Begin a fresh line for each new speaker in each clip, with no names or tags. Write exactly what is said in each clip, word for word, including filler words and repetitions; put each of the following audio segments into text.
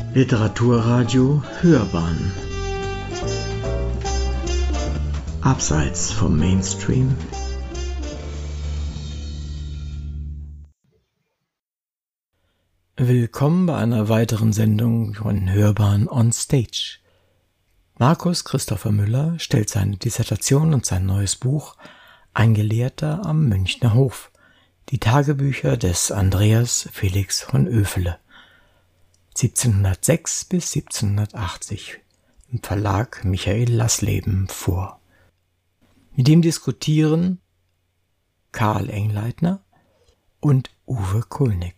Literaturradio Hörbahn Abseits vom Mainstream. Willkommen bei einer weiteren Sendung von Hörbahn on Stage. Markus Christopher Müller stellt seine Dissertation und sein neues Buch Ein Gelehrter am Münchner Hof, die Tagebücher des Andreas Felix von Oefele, siebzehnhundertsechs bis siebzehnhundertachtzig, im Verlag Michael Lasleben vor. Mit ihm diskutieren Karl Engleitner und Uwe Kulnig.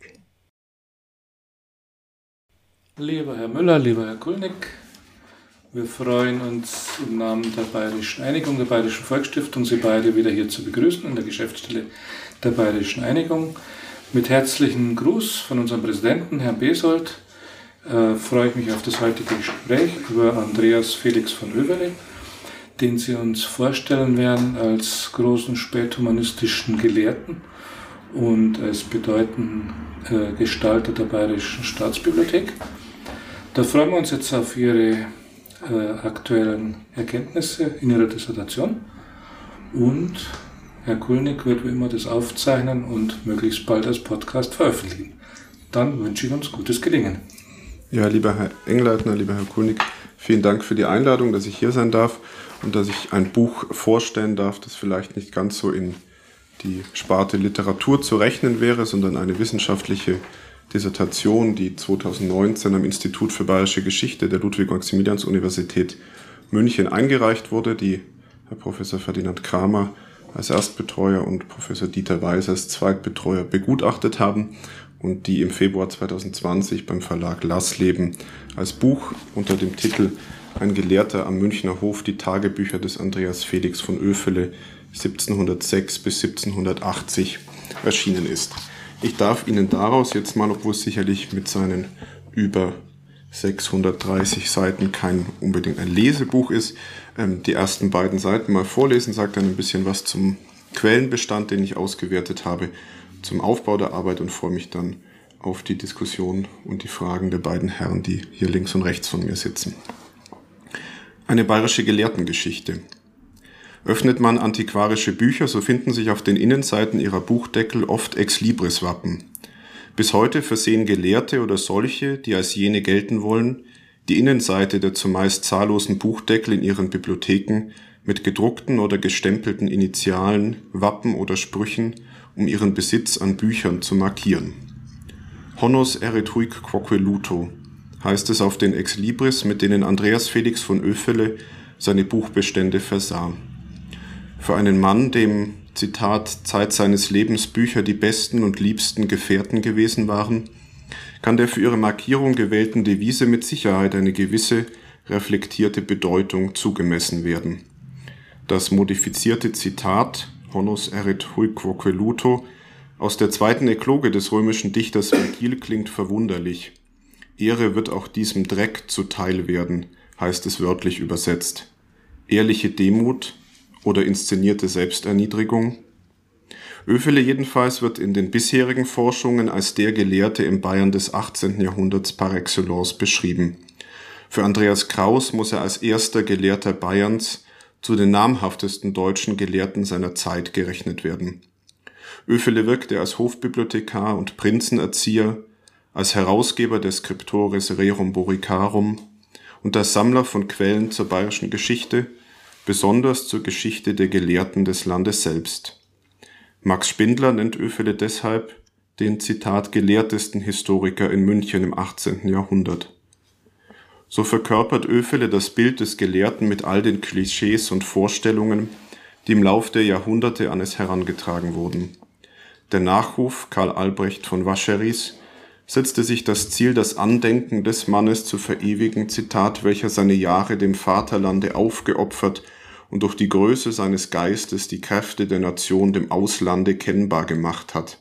Lieber Herr Müller, lieber Herr Kulnig, wir freuen uns im Namen der Bayerischen Einigung, der Bayerischen Volksstiftung, Sie beide wieder hier zu begrüßen in der Geschäftsstelle der Bayerischen Einigung. Mit herzlichen Gruß von unserem Präsidenten, Herrn Besold, äh, freue ich mich auf das heutige Gespräch über Andreas Felix von Oefele, den Sie uns vorstellen werden als großen späthumanistischen Gelehrten und als bedeutenden äh, Gestalter der Bayerischen Staatsbibliothek. Da freuen wir uns jetzt auf Ihre äh, aktuellen Erkenntnisse in Ihrer Dissertation. Und Herr Kulnig wird wie immer das aufzeichnen und möglichst bald als Podcast veröffentlichen. Dann wünsche ich uns gutes Gelingen.
Ja, lieber Herr Engleitner, lieber Herr Kulnig, vielen Dank für die Einladung, dass ich hier sein darf und dass ich ein Buch vorstellen darf, das vielleicht nicht ganz so in die Sparte Literatur zu rechnen wäre, sondern eine wissenschaftliche Dissertation, die zweitausendneunzehn am Institut für Bayerische Geschichte der Ludwig-Maximilians-Universität München eingereicht wurde, die Herr Professor Ferdinand Kramer als Erstbetreuer und Professor Dieter Weiß als Zweitbetreuer begutachtet haben und die im Februar zweitausendzwanzig beim Verlag Lasleben als Buch unter dem Titel Ein Gelehrter am Münchner Hof, die Tagebücher des Andreas Felix von Oefele siebzehnhundertsechs bis siebzehnhundertachtzig erschienen ist. Ich darf Ihnen daraus jetzt mal, obwohl es sicherlich mit seinen über sechshundertdreißig Seiten kein unbedingt ein Lesebuch ist, die ersten beiden Seiten mal vorlesen, sagt dann ein bisschen was zum Quellenbestand, den ich ausgewertet habe, zum Aufbau der Arbeit und freue mich dann auf die Diskussion und die Fragen der beiden Herren, die hier links und rechts von mir sitzen. Eine bayerische Gelehrtengeschichte. Öffnet man antiquarische Bücher, so finden sich auf den Innenseiten ihrer Buchdeckel oft Ex-Libris-Wappen. Bis heute versehen Gelehrte oder solche, die als jene gelten wollen, die Innenseite der zumeist zahllosen Buchdeckel in ihren Bibliotheken mit gedruckten oder gestempelten Initialen, Wappen oder Sprüchen, um ihren Besitz an Büchern zu markieren. Honos erit huic quoque luto heißt es auf den Ex-Libris, mit denen Andreas Felix von Oefele seine Buchbestände versah. Für einen Mann, dem, Zitat, Zeit seines Lebens Bücher die besten und liebsten Gefährten gewesen waren, kann der für ihre Markierung gewählten Devise mit Sicherheit eine gewisse, reflektierte Bedeutung zugemessen werden. Das modifizierte Zitat, Honos erit huic quoque luto, aus der zweiten Ekloge des römischen Dichters Vergil klingt verwunderlich. Ehre wird auch diesem Dreck zuteil werden, heißt es wörtlich übersetzt. Ehrliche Demut oder inszenierte Selbsterniedrigung? Oefele jedenfalls wird in den bisherigen Forschungen als der Gelehrte im Bayern des achtzehnten Jahrhunderts par excellence beschrieben. Für Andreas Kraus muss er als erster Gelehrter Bayerns zu den namhaftesten deutschen Gelehrten seiner Zeit gerechnet werden. Oefele wirkte als Hofbibliothekar und Prinzenerzieher, als Herausgeber des Scriptores Rerum Borricarum und als Sammler von Quellen zur bayerischen Geschichte, besonders zur Geschichte der Gelehrten des Landes selbst. Max Spindler nennt Oefele deshalb den, Zitat, gelehrtesten Historiker in München im achtzehnten Jahrhundert. So verkörpert Oefele das Bild des Gelehrten mit all den Klischees und Vorstellungen, die im Lauf der Jahrhunderte an es herangetragen wurden. Der Nachruf Karl Albrecht von Vacherys setzte sich das Ziel, das Andenken des Mannes zu verewigen, Zitat, welcher seine Jahre dem Vaterlande aufgeopfert und durch die Größe seines Geistes die Kräfte der Nation dem Auslande kennbar gemacht hat.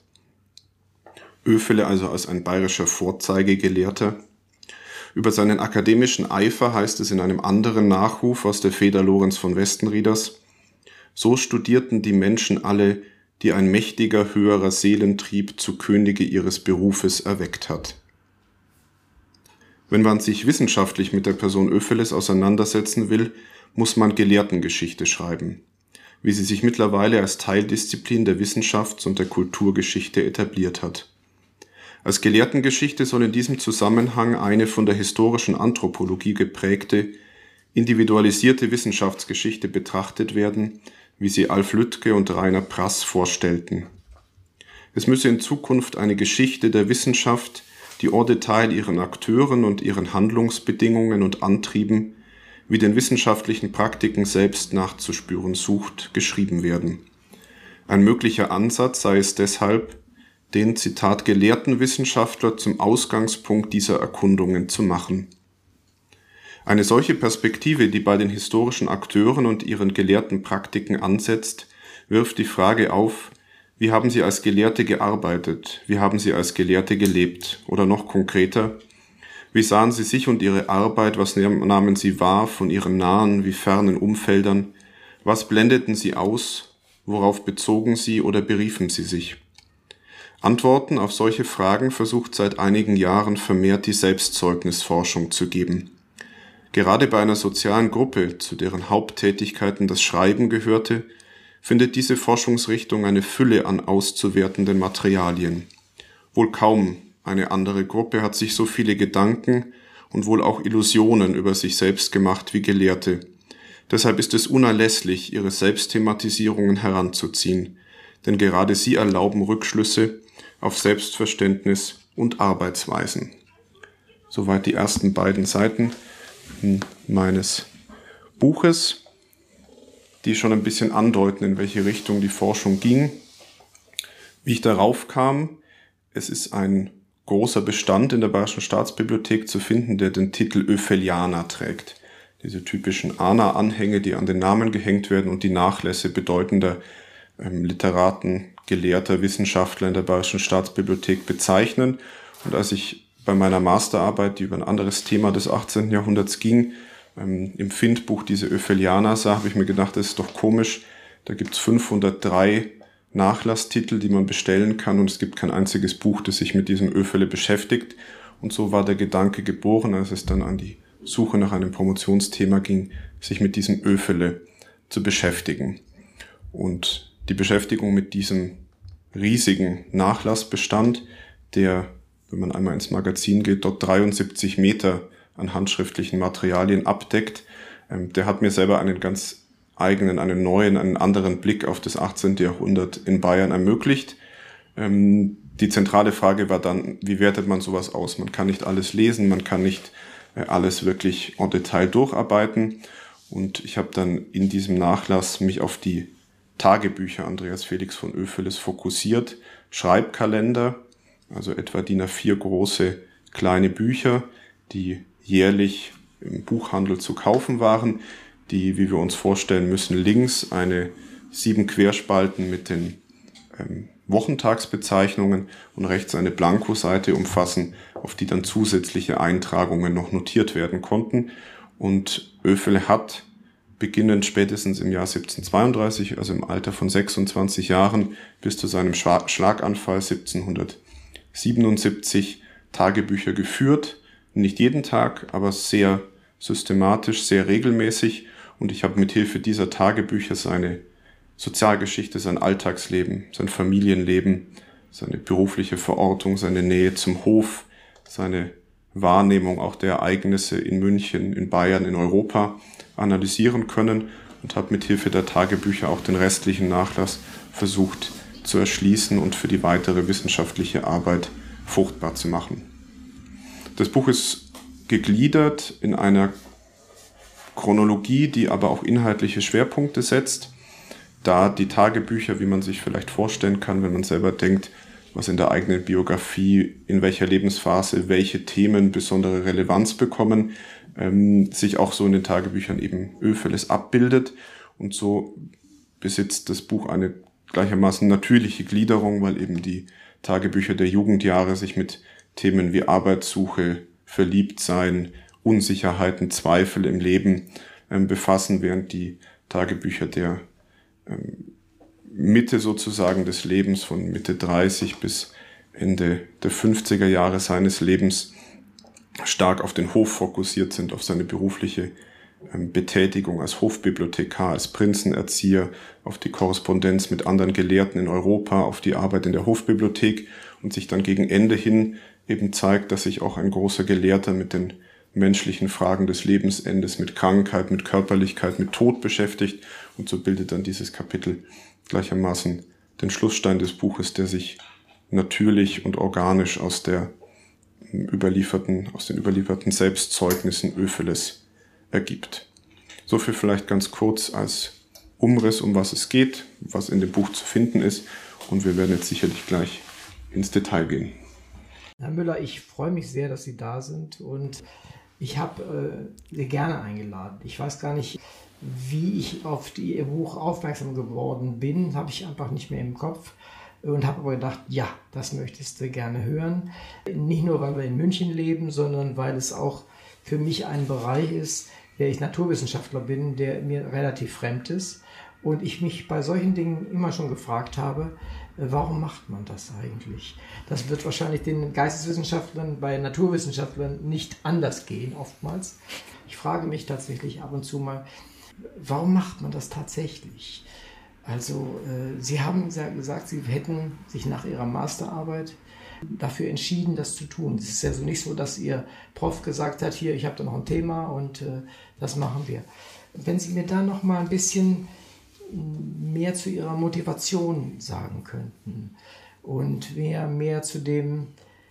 Oefele also als ein bayerischer Vorzeigegelehrter. Über seinen akademischen Eifer heißt es in einem anderen Nachruf aus der Feder Lorenz von Westenrieders: So studierten die Menschen alle, die ein mächtiger, höherer Seelentrieb zu Könige ihres Berufes erweckt hat. Wenn man sich wissenschaftlich mit der Person Oefeles auseinandersetzen will, muss man Gelehrtengeschichte schreiben, wie sie sich mittlerweile als Teildisziplin der Wissenschafts- und der Kulturgeschichte etabliert hat. Als Gelehrtengeschichte soll in diesem Zusammenhang eine von der historischen Anthropologie geprägte, individualisierte Wissenschaftsgeschichte betrachtet werden, wie sie Alf Lüttke und Rainer Prass vorstellten. Es müsse in Zukunft eine Geschichte der Wissenschaft, die en Detail ihren Akteuren und ihren Handlungsbedingungen und Antrieben, wie den wissenschaftlichen Praktiken selbst nachzuspüren sucht, geschrieben werden. Ein möglicher Ansatz sei es deshalb, den, Zitat, gelehrten Wissenschaftler zum Ausgangspunkt dieser Erkundungen zu machen. Eine solche Perspektive, die bei den historischen Akteuren und ihren gelehrten Praktiken ansetzt, wirft die Frage auf, wie haben sie als Gelehrte gearbeitet, wie haben sie als Gelehrte gelebt, oder noch konkreter, wie sahen sie sich und ihre Arbeit, was nahmen sie wahr von ihren nahen wie fernen Umfeldern, was blendeten sie aus, worauf bezogen sie oder beriefen sie sich? Antworten auf solche Fragen versucht seit einigen Jahren vermehrt die Selbstzeugnisforschung zu geben. Gerade bei einer sozialen Gruppe, zu deren Haupttätigkeiten das Schreiben gehörte, findet diese Forschungsrichtung eine Fülle an auszuwertenden Materialien. Wohl kaum eine andere Gruppe hat sich so viele Gedanken und wohl auch Illusionen über sich selbst gemacht wie Gelehrte. Deshalb ist es unerlässlich, ihre Selbstthematisierungen heranzuziehen, denn gerade sie erlauben Rückschlüsse auf Selbstverständnis und Arbeitsweisen. Soweit die ersten beiden Seiten meines Buches, die schon ein bisschen andeuten, in welche Richtung die Forschung ging. Wie ich darauf kam, es ist ein großer Bestand in der Bayerischen Staatsbibliothek zu finden, der den Titel Oefelianer trägt. Diese typischen Ana-Anhänge, die an den Namen gehängt werden und die Nachlässe bedeutender ähm, Literaten, Gelehrter, Wissenschaftler in der Bayerischen Staatsbibliothek bezeichnen. Und als ich bei meiner Masterarbeit, die über ein anderes Thema des achtzehnten Jahrhunderts ging, ähm, im Findbuch diese Oefelianer sah, habe ich mir gedacht, das ist doch komisch. Da gibt es fünfhundertdrei Nachlasstitel, die man bestellen kann, und es gibt kein einziges Buch, das sich mit diesem Oefele beschäftigt. Und so war der Gedanke geboren, als es dann an die Suche nach einem Promotionsthema ging, sich mit diesem Oefele zu beschäftigen. Und die Beschäftigung mit diesem riesigen Nachlassbestand, der, wenn man einmal ins Magazin geht, dort dreiundsiebzig Meter an handschriftlichen Materialien abdeckt, ähm, der hat mir selber einen ganz eigenen, einen neuen, einen anderen Blick auf das achtzehnte Jahrhundert in Bayern ermöglicht. Ähm, die zentrale Frage war dann, wie wertet man sowas aus? Man kann nicht alles lesen, man kann nicht äh, alles wirklich en Detail durcharbeiten. Und ich habe dann in diesem Nachlass mich auf die Tagebücher Andreas Felix von Oefeles fokussiert, Schreibkalender, also etwa D I N A vier große kleine Bücher, die jährlich im Buchhandel zu kaufen waren, die, wie wir uns vorstellen müssen, links eine sieben Querspalten mit den ähm, Wochentagsbezeichnungen und rechts eine Blankoseite umfassen, auf die dann zusätzliche Eintragungen noch notiert werden konnten. Und Oefele hat beginnend spätestens im Jahr siebzehnhundertzweiunddreißig, also im Alter von sechsundzwanzig Jahren, bis zu seinem Schlaganfall siebzehnhundertsiebenundsiebzig Tagebücher geführt. Nicht jeden Tag, aber sehr systematisch, sehr regelmäßig. Und ich habe mit Hilfe dieser Tagebücher seine Sozialgeschichte, sein Alltagsleben, sein Familienleben, seine berufliche Verortung, seine Nähe zum Hof, seine Wahrnehmung auch der Ereignisse in München, in Bayern, in Europa analysieren können und habe mit Hilfe der Tagebücher auch den restlichen Nachlass versucht zu erschließen und für die weitere wissenschaftliche Arbeit fruchtbar zu machen. Das Buch ist gegliedert in einer Chronologie, die aber auch inhaltliche Schwerpunkte setzt, da die Tagebücher, wie man sich vielleicht vorstellen kann, wenn man selber denkt, was in der eigenen Biografie, in welcher Lebensphase, welche Themen besondere Relevanz bekommen, ähm, sich auch so in den Tagebüchern eben Oefeles abbildet. Und so besitzt das Buch eine gleichermaßen natürliche Gliederung, weil eben die Tagebücher der Jugendjahre sich mit Themen wie Arbeitssuche, Verliebtsein, Unsicherheiten, Zweifel im Leben ähm, befassen, während die Tagebücher der ähm, Mitte sozusagen des Lebens, von Mitte dreißig bis Ende der fünfziger Jahre seines Lebens, stark auf den Hof fokussiert sind, auf seine berufliche ähm, Betätigung als Hofbibliothekar, als Prinzenerzieher, auf die Korrespondenz mit anderen Gelehrten in Europa, auf die Arbeit in der Hofbibliothek und sich dann gegen Ende hin eben zeigt, dass sich auch ein großer Gelehrter mit den menschlichen Fragen des Lebensendes, mit Krankheit, mit Körperlichkeit, mit Tod beschäftigt. Und so bildet dann dieses Kapitel gleichermaßen den Schlussstein des Buches, der sich natürlich und organisch aus der überlieferten, aus den überlieferten Selbstzeugnissen Oefeles ergibt. So viel vielleicht ganz kurz als Umriss, um was es geht, was in dem Buch zu finden ist. Und wir werden jetzt sicherlich gleich ins Detail gehen.
Herr Müller, ich freue mich sehr, dass Sie da sind und ich habe äh, Sie gerne eingeladen. Ich weiß gar nicht, wie ich auf die, Ihr Buch aufmerksam geworden bin, habe ich einfach nicht mehr im Kopf und habe aber gedacht, ja, das möchtest du gerne hören. Nicht nur, weil wir in München leben, sondern weil es auch für mich ein Bereich ist, der ich Naturwissenschaftler bin, der mir relativ fremd ist und ich mich bei solchen Dingen immer schon gefragt habe, warum macht man das eigentlich? Das wird wahrscheinlich den Geisteswissenschaftlern bei Naturwissenschaftlern nicht anders gehen, oftmals. Ich frage mich tatsächlich ab und zu mal, warum macht man das tatsächlich? Also, äh, Sie haben gesagt, Sie hätten sich nach Ihrer Masterarbeit dafür entschieden, das zu tun. Es ist ja so nicht so, dass Ihr Prof gesagt hat, hier, ich habe da noch ein Thema und äh, das machen wir. Wenn Sie mir da noch mal ein bisschen mehr zu Ihrer Motivation sagen könnten und mehr, mehr zu dem,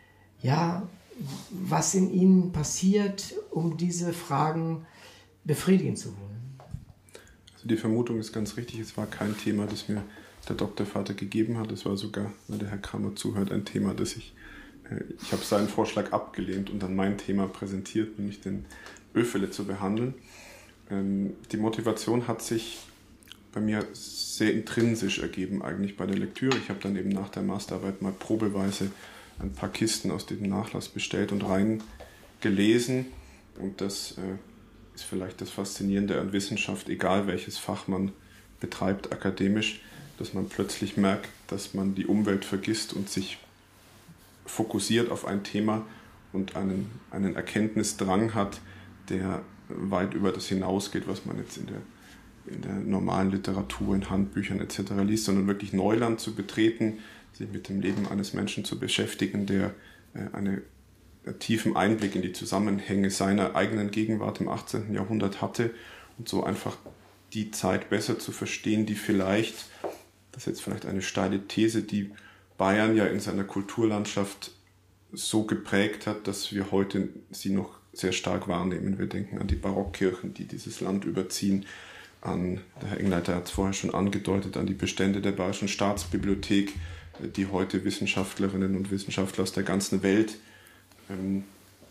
ja, was in Ihnen passiert, um diese Fragen befriedigen zu wollen.
Also die Vermutung ist ganz richtig, es war kein Thema, das mir der Doktorvater gegeben hat. Es war sogar, wenn der Herr Kramer zuhört, ein Thema, das ich, äh, ich habe seinen Vorschlag abgelehnt und dann mein Thema präsentiert, nämlich den Oefele zu behandeln. Ähm, die Motivation hat sich bei mir sehr intrinsisch ergeben eigentlich bei der Lektüre. Ich habe dann eben nach der Masterarbeit mal probeweise ein paar Kisten aus dem Nachlass bestellt und rein gelesen. Und das äh, ist vielleicht das Faszinierende an Wissenschaft, egal welches Fach man betreibt akademisch, dass man plötzlich merkt, dass man die Umwelt vergisst und sich fokussiert auf ein Thema und einen, einen Erkenntnisdrang hat, der weit über das hinausgeht, was man jetzt in der in der normalen Literatur, in Handbüchern et cetera liest, sondern wirklich Neuland zu betreten, sich mit dem Leben eines Menschen zu beschäftigen, der äh, eine, einen tiefen Einblick in die Zusammenhänge seiner eigenen Gegenwart im achtzehnten Jahrhundert hatte und so einfach die Zeit besser zu verstehen, die vielleicht, das ist jetzt vielleicht eine steile These, die Bayern ja in seiner Kulturlandschaft so geprägt hat, dass wir heute sie noch sehr stark wahrnehmen. Wir denken an die Barockkirchen, die dieses Land überziehen, an, der Herr Engleiter hat es vorher schon angedeutet, an die Bestände der Bayerischen Staatsbibliothek, die heute Wissenschaftlerinnen und Wissenschaftler aus der ganzen Welt ähm,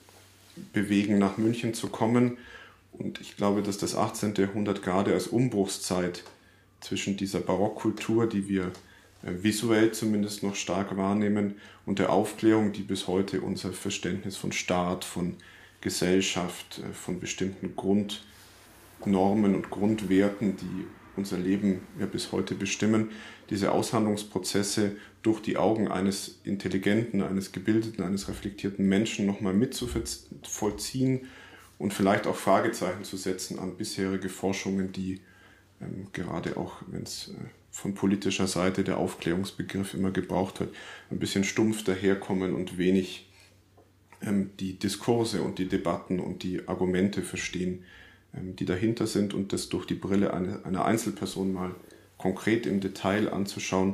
bewegen, nach München zu kommen. Und ich glaube, dass das achtzehnte Jahrhundert gerade als Umbruchszeit zwischen dieser Barockkultur, die wir äh, visuell zumindest noch stark wahrnehmen, und der Aufklärung, die bis heute unser Verständnis von Staat, von Gesellschaft, äh, von bestimmten Grund Normen und Grundwerten, die unser Leben ja bis heute bestimmen, diese Aushandlungsprozesse durch die Augen eines intelligenten, eines gebildeten, eines reflektierten Menschen nochmal mitzuvollziehen und vielleicht auch Fragezeichen zu setzen an bisherige Forschungen, die ähm, gerade auch, wenn es äh, von politischer Seite der Aufklärungsbegriff immer gebraucht wird, ein bisschen stumpf daherkommen und wenig ähm, die Diskurse und die Debatten und die Argumente verstehen, die dahinter sind, und das durch die Brille einer, einer Einzelperson mal konkret im Detail anzuschauen,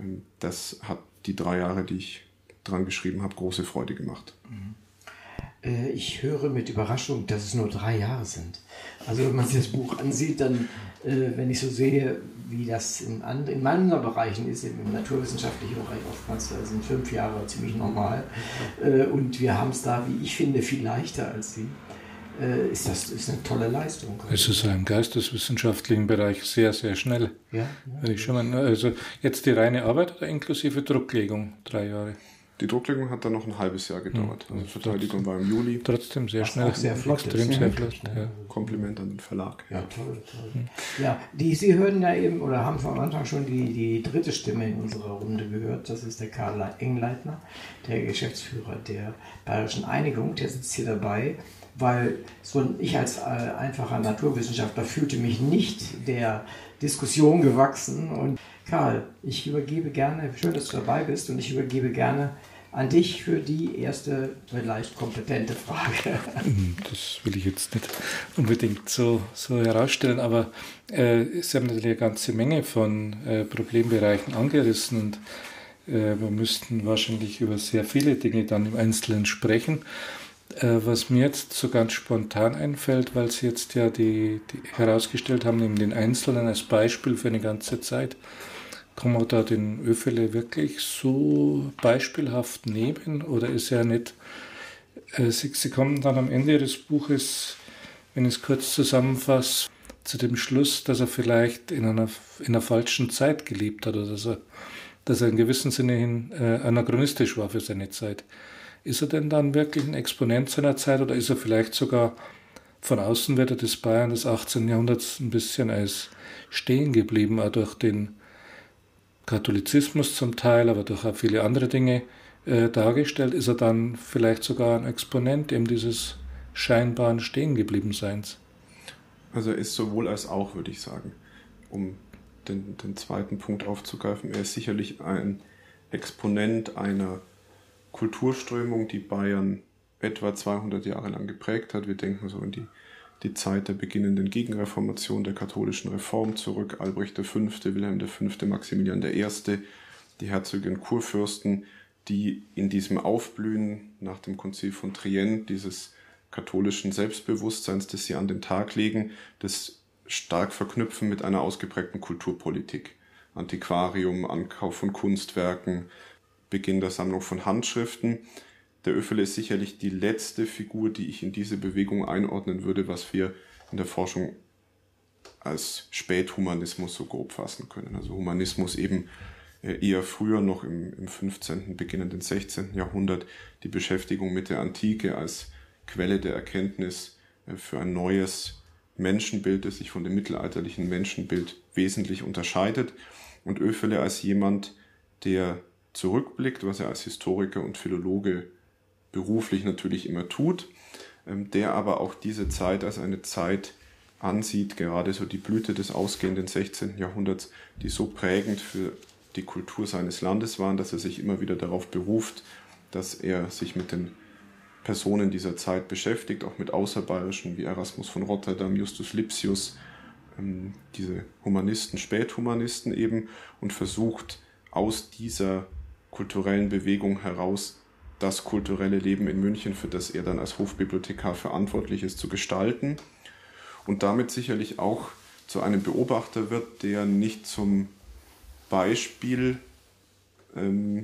das hat die drei Jahre, die ich dran geschrieben habe, große Freude gemacht.
Ich höre mit Überraschung, dass es nur drei Jahre sind. Also wenn man sich das Buch ansieht, dann, wenn ich so sehe, wie das in, in anderen Bereichen ist, im naturwissenschaftlichen Bereich oftmals sind fünf Jahre ziemlich normal. Und wir haben es da, wie ich finde, viel leichter als Sie. Ist das ist eine tolle Leistung.
Es ist im geisteswissenschaftlichen Bereich sehr, sehr schnell.
Ja,
ja. Ich schon mal, also jetzt die reine Arbeit oder inklusive Drucklegung, drei Jahre?
Die Drucklegung hat dann noch ein halbes Jahr gedauert. Also die Verteidigung war im Juli.
Trotzdem sehr
Was
schnell.
auch sehr flott
extrem
ist,
sehr
ne?
flott. Ja.
Kompliment an den Verlag.
Ja, toll, toll. Ja, die, Sie hörten ja eben, oder haben von Anfang schon die, die dritte Stimme in unserer Runde gehört. Das ist der Karl Engleitner, der Geschäftsführer der Bayerischen Einigung. Der sitzt hier dabei, weil so ich als äh, einfacher Naturwissenschaftler fühlte mich nicht der Diskussion gewachsen. Und Karl, ich übergebe gerne, schön, dass du dabei bist, und ich übergebe gerne an dich für die erste, vielleicht kompetente Frage.
Das will ich jetzt nicht unbedingt so, so herausstellen, aber äh, Sie haben natürlich eine ganze Menge von äh, Problembereichen angerissen, und äh, wir müssten wahrscheinlich über sehr viele Dinge dann im Einzelnen sprechen. Äh, was mir jetzt so ganz spontan einfällt, weil Sie jetzt ja die, die herausgestellt haben, eben den Einzelnen als Beispiel für eine ganze Zeit. Kann man da den Öfele wirklich so beispielhaft nehmen, oder ist er nicht, äh, Sie, Sie kommen dann am Ende Ihres Buches, wenn ich es kurz zusammenfasse, zu dem Schluss, dass er vielleicht in einer, in einer falschen Zeit gelebt hat, oder dass er, dass er in gewissem Sinne hin, äh, anachronistisch war für seine Zeit. Ist er denn dann wirklich ein Exponent seiner Zeit, oder ist er vielleicht sogar von Außenwärter des Bayern des achtzehnten Jahrhunderts ein bisschen als stehen geblieben, auch durch den Katholizismus zum Teil, aber durch auch viele andere Dinge äh, dargestellt? Ist er dann vielleicht sogar ein Exponent eben dieses scheinbaren Stehengebliebenseins?
Also er ist sowohl als auch, würde ich sagen, um den, den zweiten Punkt aufzugreifen. Er ist sicherlich ein Exponent einer Kulturströmung, die Bayern etwa zweihundert Jahre lang geprägt hat. Wir denken so in die, die Zeit der beginnenden Gegenreformation, der katholischen Reform zurück. Albrecht der Fünfte, Wilhelm der Fünfte, Maximilian der Erste, die Herzöge und Kurfürsten, die in diesem Aufblühen nach dem Konzil von Trient dieses katholischen Selbstbewusstseins, das sie an den Tag legen, das stark verknüpfen mit einer ausgeprägten Kulturpolitik. Antiquarium, Ankauf von Kunstwerken, Beginn der Sammlung von Handschriften. Der Öfele ist sicherlich die letzte Figur, die ich in diese Bewegung einordnen würde, was wir in der Forschung als Späthumanismus so grob fassen können. Also Humanismus eben eher früher, noch im, im fünfzehnten, beginnenden sechzehnten Jahrhundert, die Beschäftigung mit der Antike als Quelle der Erkenntnis für ein neues Menschenbild, das sich von dem mittelalterlichen Menschenbild wesentlich unterscheidet. Und Öfele als jemand, der zurückblickt, was er als Historiker und Philologe beruflich natürlich immer tut, der aber auch diese Zeit als eine Zeit ansieht, gerade so die Blüte des ausgehenden sechzehnten Jahrhunderts, die so prägend für die Kultur seines Landes waren, dass er sich immer wieder darauf beruft, dass er sich mit den Personen dieser Zeit beschäftigt, auch mit Außerbayerischen wie Erasmus von Rotterdam, Justus Lipsius, diese Humanisten, Späthumanisten eben, und versucht aus dieser kulturellen Bewegung heraus das kulturelle Leben in München, für das er dann als Hofbibliothekar verantwortlich ist, zu gestalten und damit sicherlich auch zu einem Beobachter wird, der nicht zum Beispiel ähm,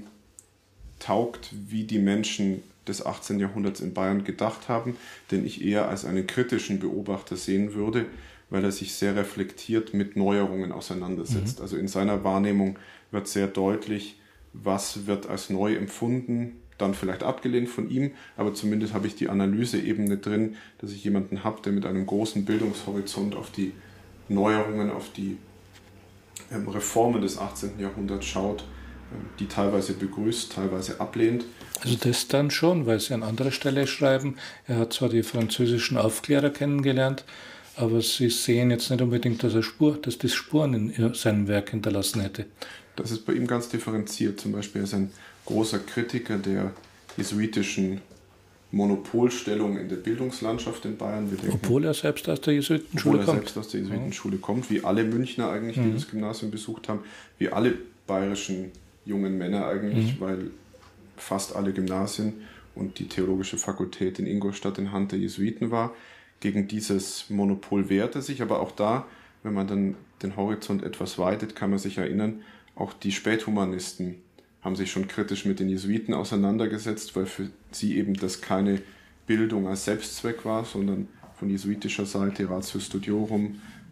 taugt, wie die Menschen des achtzehnten Jahrhunderts in Bayern gedacht haben, den ich eher als einen kritischen Beobachter sehen würde, weil er sich sehr reflektiert mit Neuerungen auseinandersetzt. Mhm. Also in seiner Wahrnehmung wird sehr deutlich, was wird als neu empfunden, dann vielleicht abgelehnt von ihm, aber zumindest habe ich die Analyseebene drin, dass ich jemanden habe, der mit einem großen Bildungshorizont auf die Neuerungen, auf die ähm, Reformen des achtzehnten Jahrhunderts schaut, ähm, die teilweise begrüßt, teilweise ablehnt.
Also das dann schon, weil Sie an anderer Stelle schreiben, er hat zwar die französischen Aufklärer kennengelernt, aber Sie sehen jetzt nicht unbedingt, dass er Spur, dass das Spuren in seinem Werk hinterlassen hätte.
Das ist bei ihm ganz differenziert. Zum Beispiel er ist ein großer Kritiker der jesuitischen Monopolstellung in der Bildungslandschaft in Bayern. Wir denken,
obwohl er selbst aus der Jesuitenschule
obwohl er
kommt.
selbst aus der Jesuitenschule kommt, wie alle Münchner eigentlich, die mhm. das Gymnasium besucht haben, wie alle bayerischen jungen Männer eigentlich, mhm. weil fast alle Gymnasien und die theologische Fakultät in Ingolstadt in Hand der Jesuiten war. Gegen dieses Monopol wehrt er sich, aber auch da, wenn man dann den Horizont etwas weitet, kann man sich erinnern, auch die Späthumanisten haben sich schon kritisch mit den Jesuiten auseinandergesetzt, weil für sie eben das keine Bildung als Selbstzweck war, sondern von jesuitischer Seite Ratio Studiorum,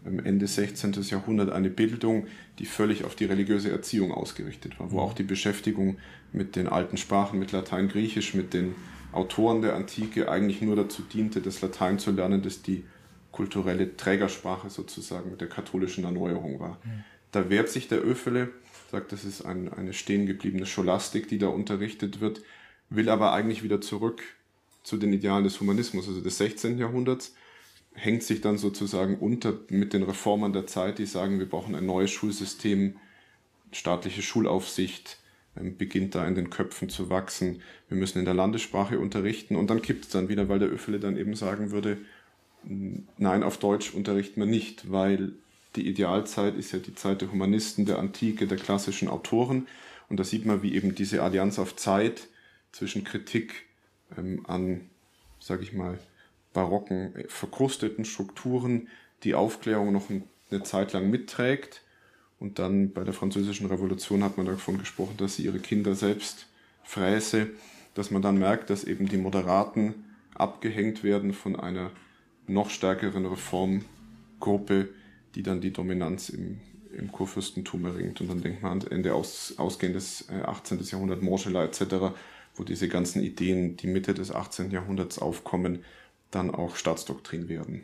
Ende sechzehnten. Jahrhundert eine Bildung, die völlig auf die religiöse Erziehung ausgerichtet war, wo auch die Beschäftigung mit den alten Sprachen, mit Latein, Griechisch, mit den Autoren der Antike eigentlich nur dazu diente, das Latein zu lernen, das die kulturelle Trägersprache sozusagen mit der katholischen Erneuerung war. Mhm. Da wehrt sich der Oefele, sagt, das ist ein, eine stehen gebliebene Scholastik, die da unterrichtet wird, will aber eigentlich wieder zurück zu den Idealen des Humanismus, also des sechzehnten. Jahrhunderts, hängt sich dann sozusagen unter mit den Reformern der Zeit, die sagen, wir brauchen ein neues Schulsystem, staatliche Schulaufsicht ähm, beginnt da in den Köpfen zu wachsen, wir müssen in der Landessprache unterrichten und dann kippt es dann wieder, weil der Oefele dann eben sagen würde, nein, auf Deutsch unterrichten wir nicht, weil die Idealzeit ist ja die Zeit der Humanisten, der Antike, der klassischen Autoren und da sieht man, wie eben diese Allianz auf Zeit zwischen Kritik ähm, an, sag ich mal, barocken, verkrusteten Strukturen die Aufklärung noch eine Zeit lang mitträgt. Und dann bei der Französischen Revolution hat man davon gesprochen, dass sie ihre Kinder selbst fräße, dass man dann merkt, dass eben die Moderaten abgehängt werden von einer noch stärkeren Reformgruppe, die dann die Dominanz im, im Kurfürstentum erringt. Und dann denkt man an Ende aus, ausgehendes achtzehnten. Jahrhundert, Montgelas et cetera, wo diese ganzen Ideen, die Mitte des achtzehnten. Jahrhunderts aufkommen, dann auch Staatsdoktrin werden.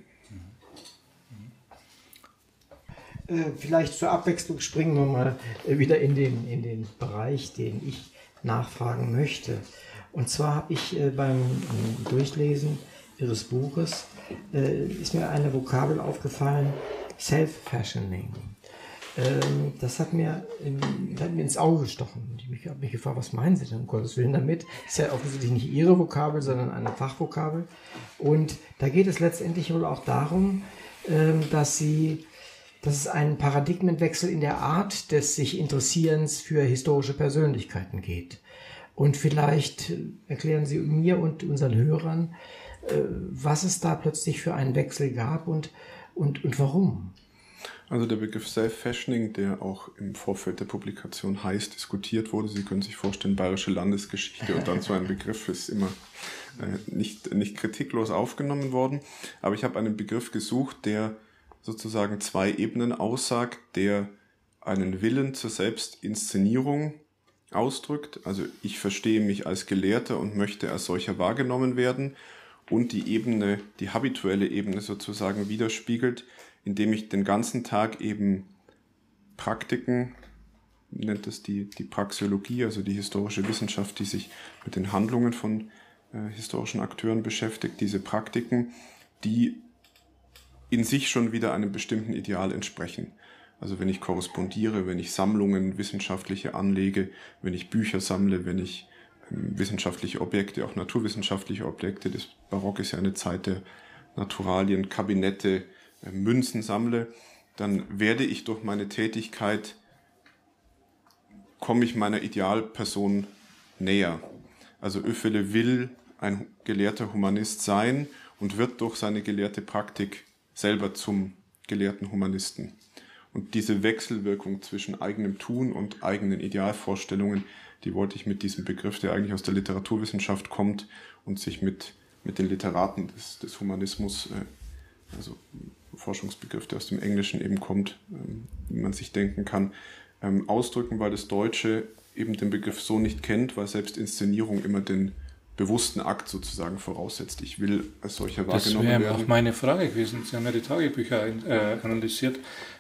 Vielleicht zur Abwechslung springen wir mal wieder in den, in den Bereich, den ich nachfragen möchte. Und zwar habe ich beim Durchlesen Ihres Buches, ist mir eine Vokabel aufgefallen, Self-Fashioning. Das hat mir, hat mir ins Auge gestochen. Ich habe mich gefragt, was meinen Sie denn, um Gottes Willen, damit? Das ist ja offensichtlich nicht Ihre Vokabel, sondern eine Fachvokabel. Und da geht es letztendlich wohl auch darum, dass Sie, dass es einen Paradigmenwechsel in der Art des sich Interessierens für historische Persönlichkeiten geht. Und vielleicht erklären Sie mir und unseren Hörern, was es da plötzlich für einen Wechsel gab und, und, und warum.
Also der Begriff Self-Fashioning, der auch im Vorfeld der Publikation heiß diskutiert wurde, Sie können sich vorstellen, bayerische Landesgeschichte und dann so ein Begriff ist immer äh, nicht, nicht kritiklos aufgenommen worden. Aber ich habe einen Begriff gesucht, der sozusagen zwei Ebenen aussagt, der einen Willen zur Selbstinszenierung ausdrückt. Also ich verstehe mich als Gelehrter und möchte als solcher wahrgenommen werden und die Ebene, die habituelle Ebene sozusagen widerspiegelt, indem ich den ganzen Tag eben Praktiken, nennt es die, die Praxeologie, also die historische Wissenschaft, die sich mit den Handlungen von äh, historischen Akteuren beschäftigt, diese Praktiken, die in sich schon wieder einem bestimmten Ideal entsprechen. Also wenn ich korrespondiere, wenn ich Sammlungen wissenschaftliche anlege, wenn ich Bücher sammle, wenn ich ähm, wissenschaftliche Objekte, auch naturwissenschaftliche Objekte, das Barock ist ja eine Zeit der Naturalien, Kabinette, äh, Münzen sammle, dann werde ich durch meine Tätigkeit, komme ich meiner Idealperson näher. Also Oefele will ein gelehrter Humanist sein und wird durch seine gelehrte Praktik selber zum gelehrten Humanisten. Und diese Wechselwirkung zwischen eigenem Tun und eigenen Idealvorstellungen, die wollte ich mit diesem Begriff, der eigentlich aus der Literaturwissenschaft kommt und sich mit, mit den Literaten des, des Humanismus, äh, also Forschungsbegriff, der aus dem Englischen eben kommt, ähm, wie man sich denken kann, ähm, ausdrücken, weil das Deutsche eben den Begriff so nicht kennt, weil selbst Inszenierung immer den bewussten Akt sozusagen voraussetzt. Ich will als solcher wahrgenommen werden.
Das wäre auch meine Frage gewesen. Sie haben ja die Tagebücher äh, analysiert.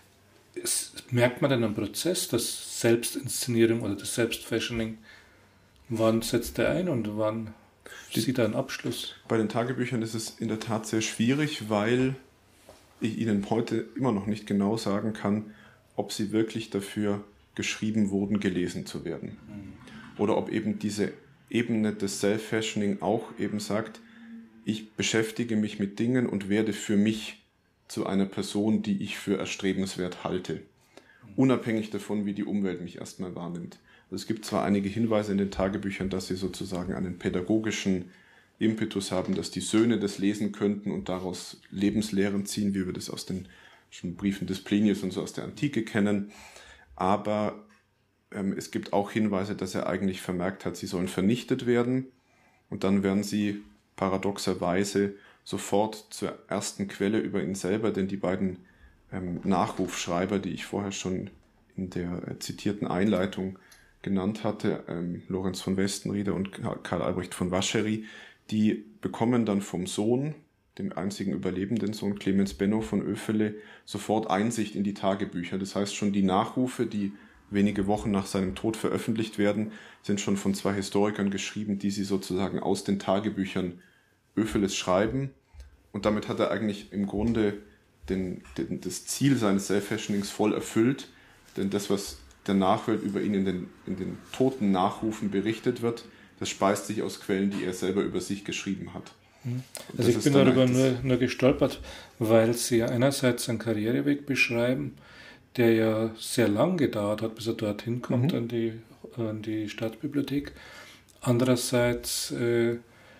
Es, merkt man denn am Prozess, dass Selbstinszenierung oder das Selbstfashioning, wann setzt der ein und wann sieht er einen Abschluss?
Bei den Tagebüchern ist es in der Tat sehr schwierig, weil ich Ihnen heute immer noch nicht genau sagen kann, ob sie wirklich dafür geschrieben wurden, gelesen zu werden. Mhm. Oder ob eben diese Ebene des Self-Fashioning auch eben sagt, ich beschäftige mich mit Dingen und werde für mich zu einer Person, die ich für erstrebenswert halte. Unabhängig davon, wie die Umwelt mich erstmal wahrnimmt. Also es gibt zwar einige Hinweise in den Tagebüchern, dass sie sozusagen einen pädagogischen Impetus haben, dass die Söhne das lesen könnten und daraus Lebenslehren ziehen, wie wir das aus den schon Briefen des Plinius und so aus der Antike kennen. Aber ähm, es gibt auch Hinweise, dass er eigentlich vermerkt hat, sie sollen vernichtet werden und dann werden sie paradoxerweise sofort zur ersten Quelle über ihn selber, denn die beiden ähm, Nachrufschreiber, die ich vorher schon in der äh, zitierten Einleitung genannt hatte, ähm, Lorenz von Westenrieder und Karl Albrecht von Vachery, die bekommen dann vom Sohn, dem einzigen überlebenden Sohn Clemens Benno von Oefele, sofort Einsicht in die Tagebücher. Das heißt, schon die Nachrufe, die wenige Wochen nach seinem Tod veröffentlicht werden, sind schon von zwei Historikern geschrieben, die sie sozusagen aus den Tagebüchern Oefeles schreiben. Und damit hat er eigentlich im Grunde den, den, das Ziel seines Self-Fashionings voll erfüllt. Denn das, was der Nachwelt über ihn in den, in den toten Nachrufen berichtet wird, das speist sich aus Quellen, die er selber über sich geschrieben hat.
Also ich bin darüber nur, nur gestolpert, weil sie ja einerseits einen Karriereweg beschreiben, der ja sehr lang gedauert hat, bis er dorthin kommt, mhm. an die, an die Stadtbibliothek. Andererseits äh,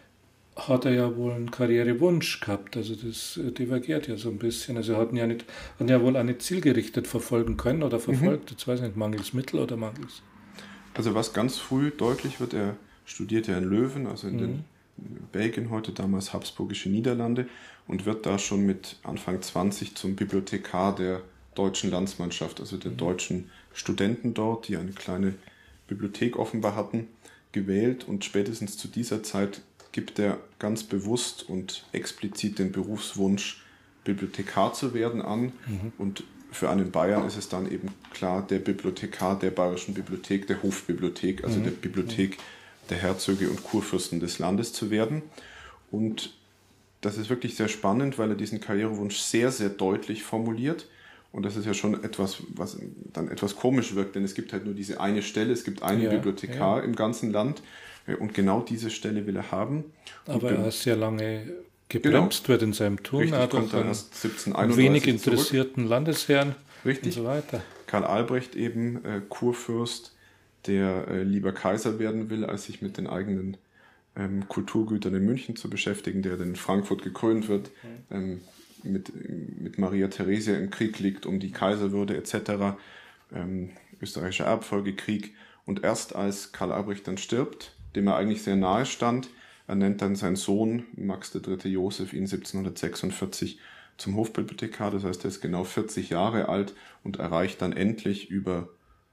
hat er ja wohl einen Karrierewunsch gehabt, also das äh, divergiert ja so ein bisschen. Also er hat ihn ja, nicht, hat ihn ja wohl auch nicht zielgerichtet verfolgen können oder verfolgt, mhm. jetzt weiß ich nicht, mangels Mittel oder mangels.
Also was ganz früh deutlich wird, er studiert ja in Löwen, also in mhm. den in Belgien heute, damals Habsburgische Niederlande, und wird da schon mit Anfang zwanzig zum Bibliothekar der deutschen Landsmannschaft, also der mhm. deutschen Studenten dort, die eine kleine Bibliothek offenbar hatten, gewählt, und spätestens zu dieser Zeit gibt er ganz bewusst und explizit den Berufswunsch, Bibliothekar zu werden, an. Mhm. Und für einen Bayern ist es dann eben klar, der Bibliothekar der Bayerischen Bibliothek, der Hofbibliothek, also mhm. der Bibliothek der Herzöge und Kurfürsten des Landes zu werden. Und das ist wirklich sehr spannend, weil er diesen Karrierewunsch sehr, sehr deutlich formuliert. Und das ist ja schon etwas, was dann etwas komisch wirkt, denn es gibt halt nur diese eine Stelle, es gibt einen ja, Bibliothekar ja. im ganzen Land, und genau diese Stelle will er haben.
Aber
und
er ist sehr lange gebremst, genau. wird in seinem Tun.
Richtig,
er
kommt dann erst siebzehnhunderteinunddreißig
wenig interessierten zurück. Landesherren
Richtig.
und so weiter.
Karl Albrecht eben, äh, Kurfürst, der äh, lieber Kaiser werden will, als sich mit den eigenen ähm, Kulturgütern in München zu beschäftigen, der dann in Frankfurt gekrönt wird, mhm. ähm, mit, mit Maria Theresia im Krieg liegt um die Kaiserwürde et cetera, ähm, österreichischer Erbfolgekrieg. Und erst als Karl Albrecht dann stirbt, dem er eigentlich sehr nahe stand, ernennt dann sein Sohn Max der Dritte Joseph ihn siebzehnhundertsechsundvierzig zum Hofbibliothekar. Das heißt, er ist genau vierzig Jahre alt und erreicht dann endlich über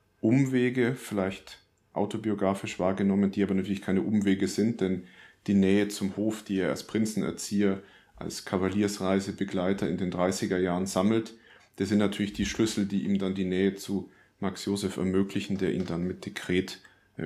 Umwege, vielleicht autobiografisch wahrgenommen, die aber natürlich keine Umwege sind, denn die Nähe zum Hof, die er als Prinzenerzieher, als Kavaliersreisebegleiter in den dreißiger Jahren sammelt, das sind natürlich die Schlüssel, die ihm dann die Nähe zu Max Joseph ermöglichen, der ihn dann mit Dekret,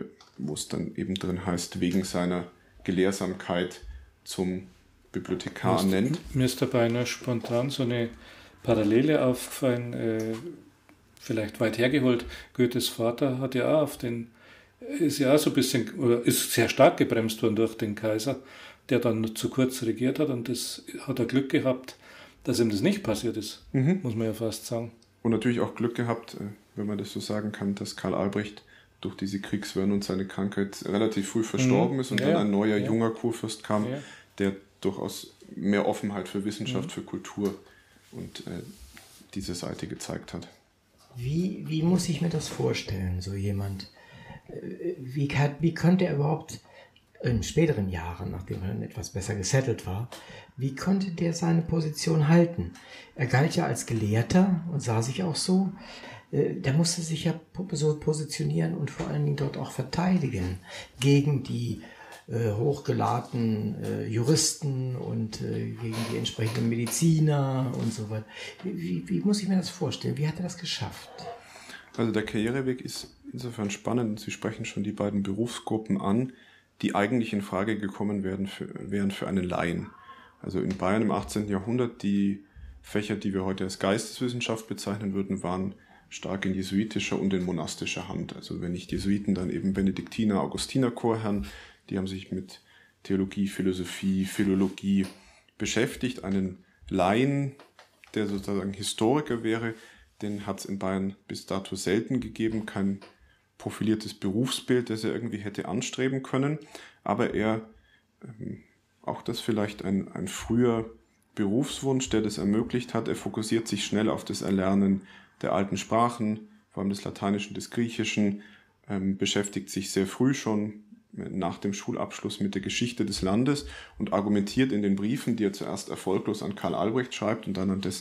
wo es dann eben drin heißt, wegen seiner Gelehrsamkeit zum Bibliothekar
mir
nennt.
Mir ist dabei nur spontan so eine Parallele aufgefallen, äh, vielleicht weit hergeholt. Goethes Vater hat ja auch auf den, ist ja auch so ein bisschen, oder ist sehr stark gebremst worden durch den Kaiser, der dann zu kurz regiert hat, und das hat er Glück gehabt, dass ihm das nicht passiert ist, mhm. muss man ja fast sagen.
Und natürlich auch Glück gehabt, wenn man das so sagen kann, dass Karl Albrecht durch diese Kriegswirren und seine Krankheit relativ früh verstorben mhm. ist und ja, dann ein neuer, ja. junger Kurfürst kam, ja. der durchaus mehr Offenheit für Wissenschaft, mhm. für Kultur und äh, diese Seite gezeigt hat.
Wie, wie muss ich mir das vorstellen, so jemand? Wie, kann, wie konnte er überhaupt in späteren Jahren, nachdem er dann etwas besser gesettelt war, wie konnte der seine Position halten? Er galt ja als Gelehrter und sah sich auch so. Der musste sich ja so positionieren und vor allen Dingen dort auch verteidigen gegen die äh, hochgeladenen äh, Juristen und äh, gegen die entsprechenden Mediziner und so weiter. Wie, wie muss ich mir das vorstellen? Wie hat er das geschafft?
Also der Karriereweg ist insofern spannend. Sie sprechen schon die beiden Berufsgruppen an, die eigentlich in Frage gekommen werden für, wären für einen Laien. Also in Bayern im achtzehnten Jahrhundert, die Fächer, die wir heute als Geisteswissenschaft bezeichnen würden, waren stark in jesuitischer und in monastischer Hand. Also wenn nicht Jesuiten, dann eben Benediktiner, Augustiner Chorherren, die haben sich mit Theologie, Philosophie, Philologie beschäftigt. Einen Laien, der sozusagen Historiker wäre, den hat es in Bayern bis dato selten gegeben, kein profiliertes Berufsbild, das er irgendwie hätte anstreben können. Aber er, ähm, auch das vielleicht ein, ein früher Berufswunsch, der das ermöglicht hat, er fokussiert sich schnell auf das Erlernen der alten Sprachen, vor allem des Lateinischen, des Griechischen, ähm, beschäftigt sich sehr früh schon nach dem Schulabschluss mit der Geschichte des Landes und argumentiert in den Briefen, die er zuerst erfolglos an Karl Albrecht schreibt und dann an dessen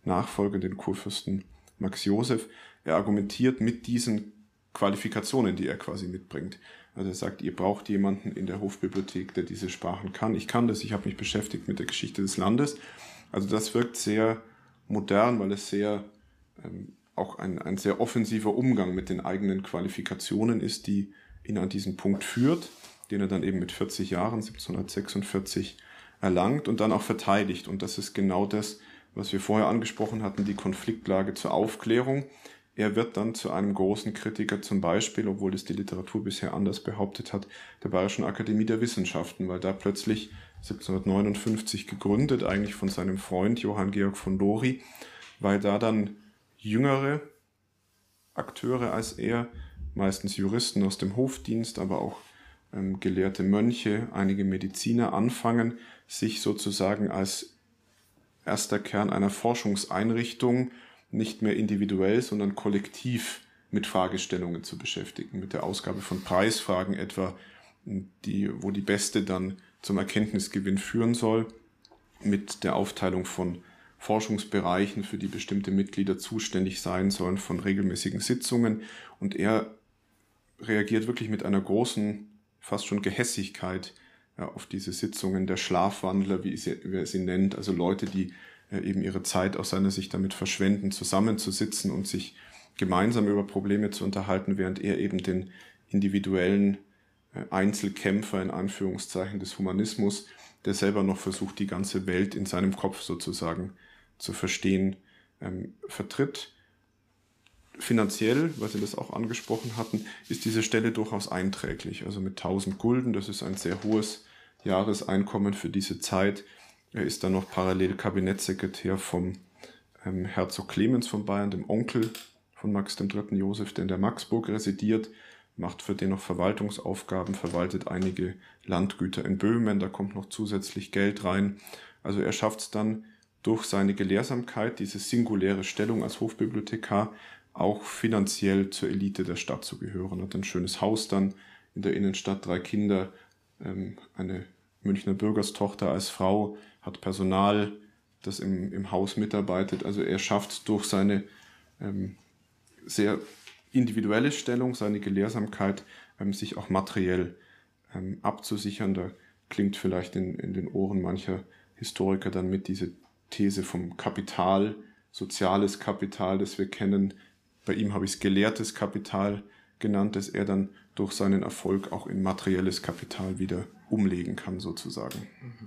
Nachfolger, den Kurfürsten Max Joseph. Er argumentiert mit diesen Qualifikationen, die er quasi mitbringt. Also er sagt, ihr braucht jemanden in der Hofbibliothek, der diese Sprachen kann. Ich kann das, ich habe mich beschäftigt mit der Geschichte des Landes. Also das wirkt sehr modern, weil es sehr ähm, auch ein, ein sehr offensiver Umgang mit den eigenen Qualifikationen ist, die ihn an diesen Punkt führt, den er dann eben mit vierzig Jahren, siebzehnhundertsechsundvierzig, erlangt und dann auch verteidigt. Und das ist genau das, was wir vorher angesprochen hatten, die Konfliktlage zur Aufklärung. Er wird dann zu einem großen Kritiker zum Beispiel, obwohl es die Literatur bisher anders behauptet hat, der Bayerischen Akademie der Wissenschaften, weil da plötzlich siebzehnhundertneunundfünfzig gegründet, eigentlich von seinem Freund Johann Georg von Lori, weil da dann jüngere Akteure als er, meistens Juristen aus dem Hofdienst, aber auch ähm, gelehrte Mönche, einige Mediziner anfangen, sich sozusagen als erster Kern einer Forschungseinrichtung nicht mehr individuell, sondern kollektiv mit Fragestellungen zu beschäftigen, mit der Ausgabe von Preisfragen etwa, die, wo die beste dann zum Erkenntnisgewinn führen soll, mit der Aufteilung von Forschungsbereichen, für die bestimmte Mitglieder zuständig sein sollen, von regelmäßigen Sitzungen. Und er reagiert wirklich mit einer großen, fast schon Gehässigkeit ja, auf diese Sitzungen der Schlafwandler, wie er sie nennt, also Leute, die eben ihre Zeit aus seiner Sicht damit verschwenden, zusammenzusitzen und sich gemeinsam über Probleme zu unterhalten, während er eben den individuellen Einzelkämpfer in Anführungszeichen des Humanismus, der selber noch versucht, die ganze Welt in seinem Kopf sozusagen zu verstehen, ähm, vertritt. Finanziell, weil Sie das auch angesprochen hatten, ist diese Stelle durchaus einträglich. Also mit tausend Gulden, das ist ein sehr hohes Jahreseinkommen für diese Zeit. Er ist dann noch parallel Kabinettssekretär vom ähm, Herzog Clemens von Bayern, dem Onkel von Max dem Dritten Joseph, der in der Maxburg residiert, macht für den noch Verwaltungsaufgaben, verwaltet einige Landgüter in Böhmen, da kommt noch zusätzlich Geld rein. Also er schafft es dann durch seine Gelehrsamkeit, diese singuläre Stellung als Hofbibliothekar, auch finanziell zur Elite der Stadt zu gehören. Hat ein schönes Haus dann in der Innenstadt, drei Kinder, ähm, eine Münchner Bürgerstochter als Frau, hat Personal, das im, im Haus mitarbeitet. Also er schafft es durch seine ähm, sehr individuelle Stellung, seine Gelehrsamkeit, ähm, sich auch materiell ähm, abzusichern. Da klingt vielleicht in, in den Ohren mancher Historiker dann mit diese These vom Kapital, soziales Kapital, das wir kennen. Bei ihm habe ich es gelehrtes Kapital genannt, das er dann durch seinen Erfolg auch in materielles Kapital wieder umlegen kann, sozusagen.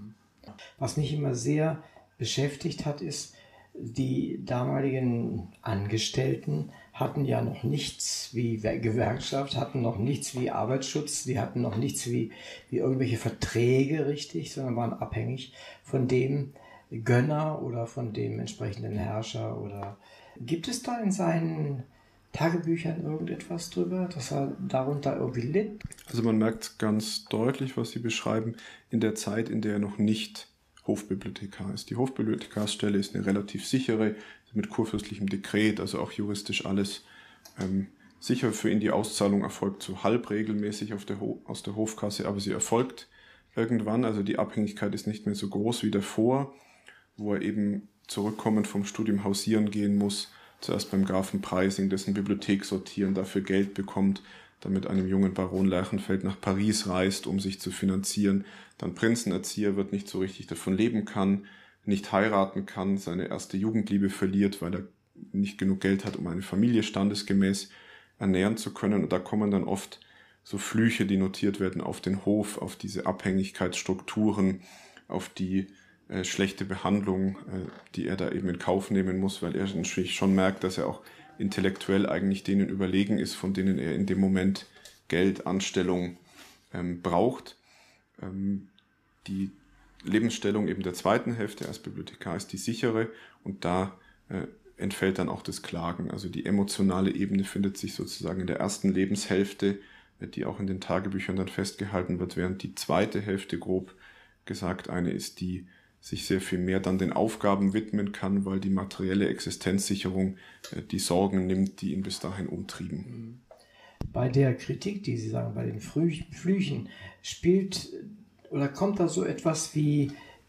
Was mich immer sehr beschäftigt hat, ist, die damaligen Angestellten hatten ja noch nichts wie Gewerkschaft, hatten noch nichts wie Arbeitsschutz, die hatten noch nichts wie, wie irgendwelche Verträge, richtig, sondern waren abhängig von dem Gönner oder von dem entsprechenden Herrscher. Oder gibt es da in seinen Tagebüchern irgendetwas drüber, dass er darunter irgendwie litt?
Also man merkt ganz deutlich, was Sie beschreiben, in der Zeit, in der er noch nicht Hofbibliothekar ist. Die Hofbibliothekarsstelle ist eine relativ sichere, mit kurfürstlichem Dekret, also auch juristisch alles ähm, sicher. Für ihn die Auszahlung erfolgt so halb regelmäßig auf der Ho- aus der Hofkasse, aber sie erfolgt irgendwann. Also die Abhängigkeit ist nicht mehr so groß wie davor, wo er eben zurückkommend vom Studium hausieren gehen muss, zuerst beim Grafen Preysing, dessen Bibliothek sortieren, dafür Geld bekommt, dann mit einem jungen Baron Lerchenfeld nach Paris reist, um sich zu finanzieren, dann Prinzenerzieher wird, nicht so richtig davon leben kann, nicht heiraten kann, seine erste Jugendliebe verliert, weil er nicht genug Geld hat, um eine Familie standesgemäß ernähren zu können. Und da kommen dann oft so Flüche, die notiert werden auf den Hof, auf diese Abhängigkeitsstrukturen, auf die äh, schlechte Behandlung, äh, die er da eben in Kauf nehmen muss, weil er natürlich schon merkt, dass er auch intellektuell eigentlich denen überlegen ist, von denen er in dem Moment Geld, Anstellung ähm, braucht. Ähm, die Lebensstellung eben der zweiten Hälfte als Bibliothekar ist die sichere und da äh, entfällt dann auch das Klagen. Also die emotionale Ebene findet sich sozusagen in der ersten Lebenshälfte, die auch in den Tagebüchern dann festgehalten wird, während die zweite Hälfte, grob gesagt, eine ist, die sich sehr viel mehr dann den Aufgaben widmen kann, weil die materielle Existenzsicherung äh, die Sorgen nimmt, die ihn bis dahin umtrieben.
Bei der Kritik, die Sie sagen, bei den Flüchen, spielt oder kommt da so etwas wie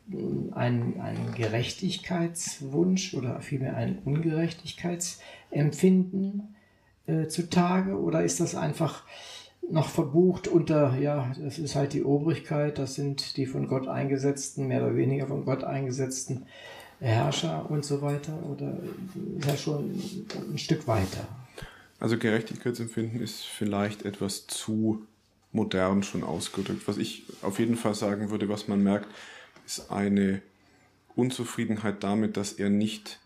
ein, ein Gerechtigkeitswunsch oder vielmehr ein Ungerechtigkeitsempfinden äh, zutage, oder ist das einfach noch verbucht unter, ja, das ist halt die Obrigkeit, das sind die von Gott eingesetzten, mehr oder weniger von Gott eingesetzten Herrscher und so weiter, oder ist ja schon ein Stück weiter?
Also Gerechtigkeitsempfinden ist vielleicht etwas zu modern schon ausgedrückt. Was ich auf jeden Fall sagen würde, was man merkt, ist eine Unzufriedenheit damit, dass er nicht,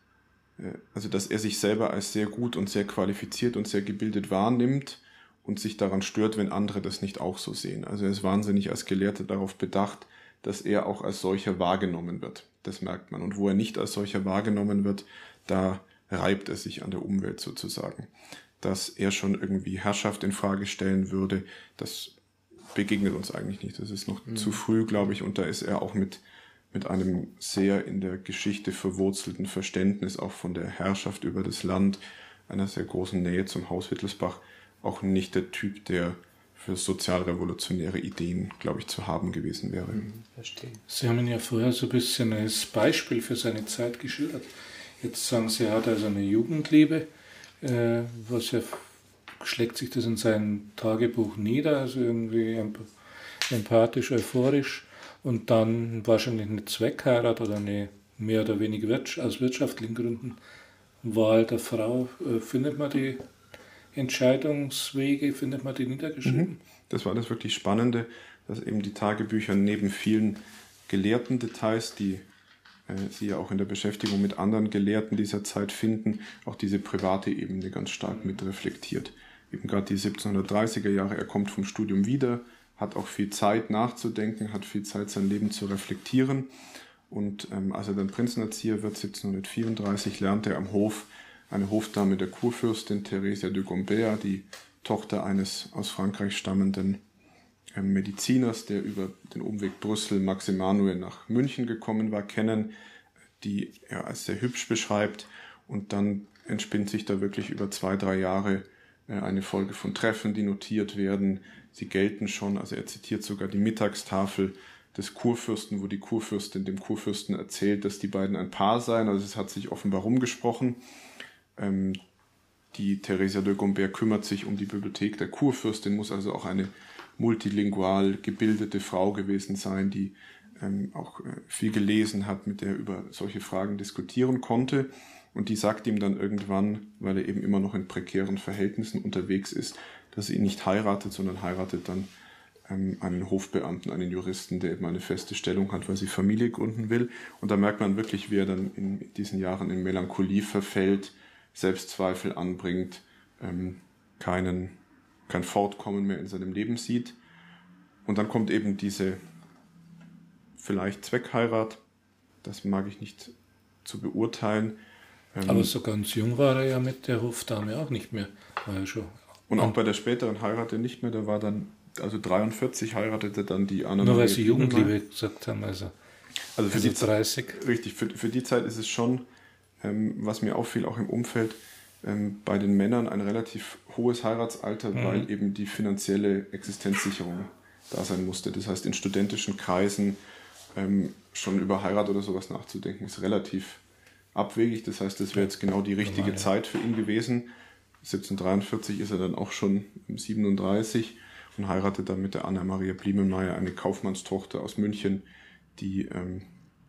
also dass er sich selber als sehr gut und sehr qualifiziert und sehr gebildet wahrnimmt und sich daran stört, wenn andere das nicht auch so sehen. Also er ist wahnsinnig als Gelehrter darauf bedacht, dass er auch als solcher wahrgenommen wird. Das merkt man. Und wo er nicht als solcher wahrgenommen wird, da reibt er sich an der Umwelt sozusagen. Dass er schon irgendwie Herrschaft in Frage stellen würde, das begegnet uns eigentlich nicht. Das ist noch mhm. zu früh, glaube ich. Und da ist er auch mit, mit einem sehr in der Geschichte verwurzelten Verständnis auch von der Herrschaft über das Land, einer sehr großen Nähe zum Haus Wittelsbach, auch nicht der Typ, der für sozialrevolutionäre Ideen, glaube ich, zu haben gewesen wäre.
Mhm, verstehe.
Sie haben ihn ja vorher so ein bisschen als Beispiel für seine Zeit geschildert. Jetzt sagen Sie, er hat also eine Jugendliebe. Äh, was ja schlägt sich das in seinem Tagebuch nieder, also irgendwie empathisch, euphorisch, und dann wahrscheinlich eine Zweckheirat oder eine mehr oder weniger wirtschaft, aus wirtschaftlichen Gründen Wahl der Frau. Äh, findet man die Entscheidungswege, findet man die niedergeschrieben?
Das war das wirklich Spannende, dass eben die Tagebücher neben vielen gelehrten Details, die Sie ja auch in der Beschäftigung mit anderen Gelehrten dieser Zeit finden, auch diese private Ebene ganz stark mit reflektiert. Eben gerade die siebzehnhundertdreißiger Jahre, er kommt vom Studium wieder, hat auch viel Zeit nachzudenken, hat viel Zeit, sein Leben zu reflektieren. Und ähm, als er dann Prinzenerzieher wird, siebzehnhundertvierunddreißig, lernt er am Hof eine Hofdame der Kurfürstin, Theresia de Gombert, die Tochter eines aus Frankreich stammenden Mediziners, der über den Umweg Brüssel, Max Emanuel nach München gekommen war, kennen, die er als sehr hübsch beschreibt. Und dann entspinnt sich da wirklich über zwei, drei Jahre eine Folge von Treffen, die notiert werden. Sie gelten schon, also er zitiert sogar die Mittagstafel des Kurfürsten, wo die Kurfürstin dem Kurfürsten erzählt, dass die beiden ein Paar seien. Also es hat sich offenbar rumgesprochen. Die Theresia de Gombert kümmert sich um die Bibliothek der Kurfürstin, muss also auch eine multilingual gebildete Frau gewesen sein, die ähm, auch äh, viel gelesen hat, mit der er über solche Fragen diskutieren konnte. Und die sagt ihm dann irgendwann, weil er eben immer noch in prekären Verhältnissen unterwegs ist, dass er ihn nicht heiratet, sondern heiratet dann ähm, einen Hofbeamten, einen Juristen, der eben eine feste Stellung hat, weil sie Familie gründen will. Und da merkt man wirklich, wie er dann in diesen Jahren in Melancholie verfällt, Selbstzweifel anbringt, ähm, keinen kein Fortkommen mehr in seinem Leben sieht. Und dann kommt eben diese vielleicht Zweckheirat, das mag ich nicht zu beurteilen.
Aber so ganz jung war er ja mit der Hofdame auch nicht mehr. War ja schon.
Und auch bei der späteren Heirat nicht mehr, da war dann, also dreiundvierzig heiratete dann die Anna.
Nur weil sie Jugendliebe gesagt haben, also,
also für
also
die
dreißig.
Richtig, für, für die Zeit ist es schon, ähm, was mir auffiel, auch im Umfeld, ähm, bei den Männern ein relativ hohes Heiratsalter, mhm. weil eben die finanzielle Existenzsicherung da sein musste. Das heißt, in studentischen Kreisen ähm, schon über Heirat oder sowas nachzudenken, ist relativ abwegig. Das heißt, das wäre jetzt genau die richtige Normal, ja. Zeit für ihn gewesen. siebzehnhundertdreiundvierzig ist er dann auch schon siebenunddreißig und heiratet dann mit der Anna Maria Bliemenmeyer, eine Kaufmannstochter aus München, die ähm,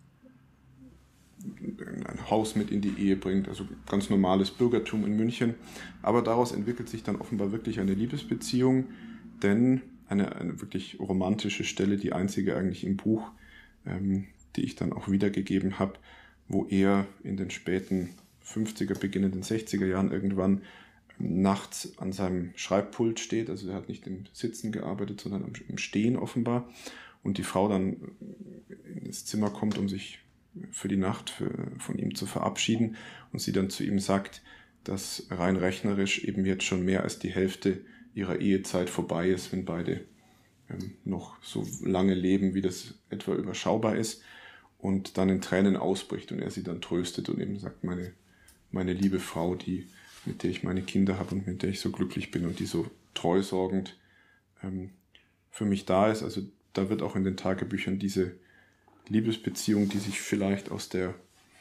ein Haus mit in die Ehe bringt, also ganz normales Bürgertum in München. Aber daraus entwickelt sich dann offenbar wirklich eine Liebesbeziehung, denn eine, eine wirklich romantische Stelle, die einzige eigentlich im Buch, ähm, die ich dann auch wiedergegeben habe, wo er in den späten fünfziger, beginnenden sechziger Jahren irgendwann nachts an seinem Schreibpult steht. Also er hat nicht im Sitzen gearbeitet, sondern im Stehen offenbar. Und die Frau dann ins Zimmer kommt, um sich für die Nacht für, von ihm zu verabschieden. Und sie dann zu ihm sagt, dass rein rechnerisch eben jetzt schon mehr als die Hälfte ihrer Ehezeit vorbei ist, wenn beide ähm, noch so lange leben, wie das etwa überschaubar ist. Und dann in Tränen ausbricht und er sie dann tröstet und eben sagt, meine, meine liebe Frau, die, mit der ich meine Kinder habe und mit der ich so glücklich bin und die so treusorgend ähm, für mich da ist. Also da wird auch in den Tagebüchern diese, Liebesbeziehung, die sich vielleicht aus der,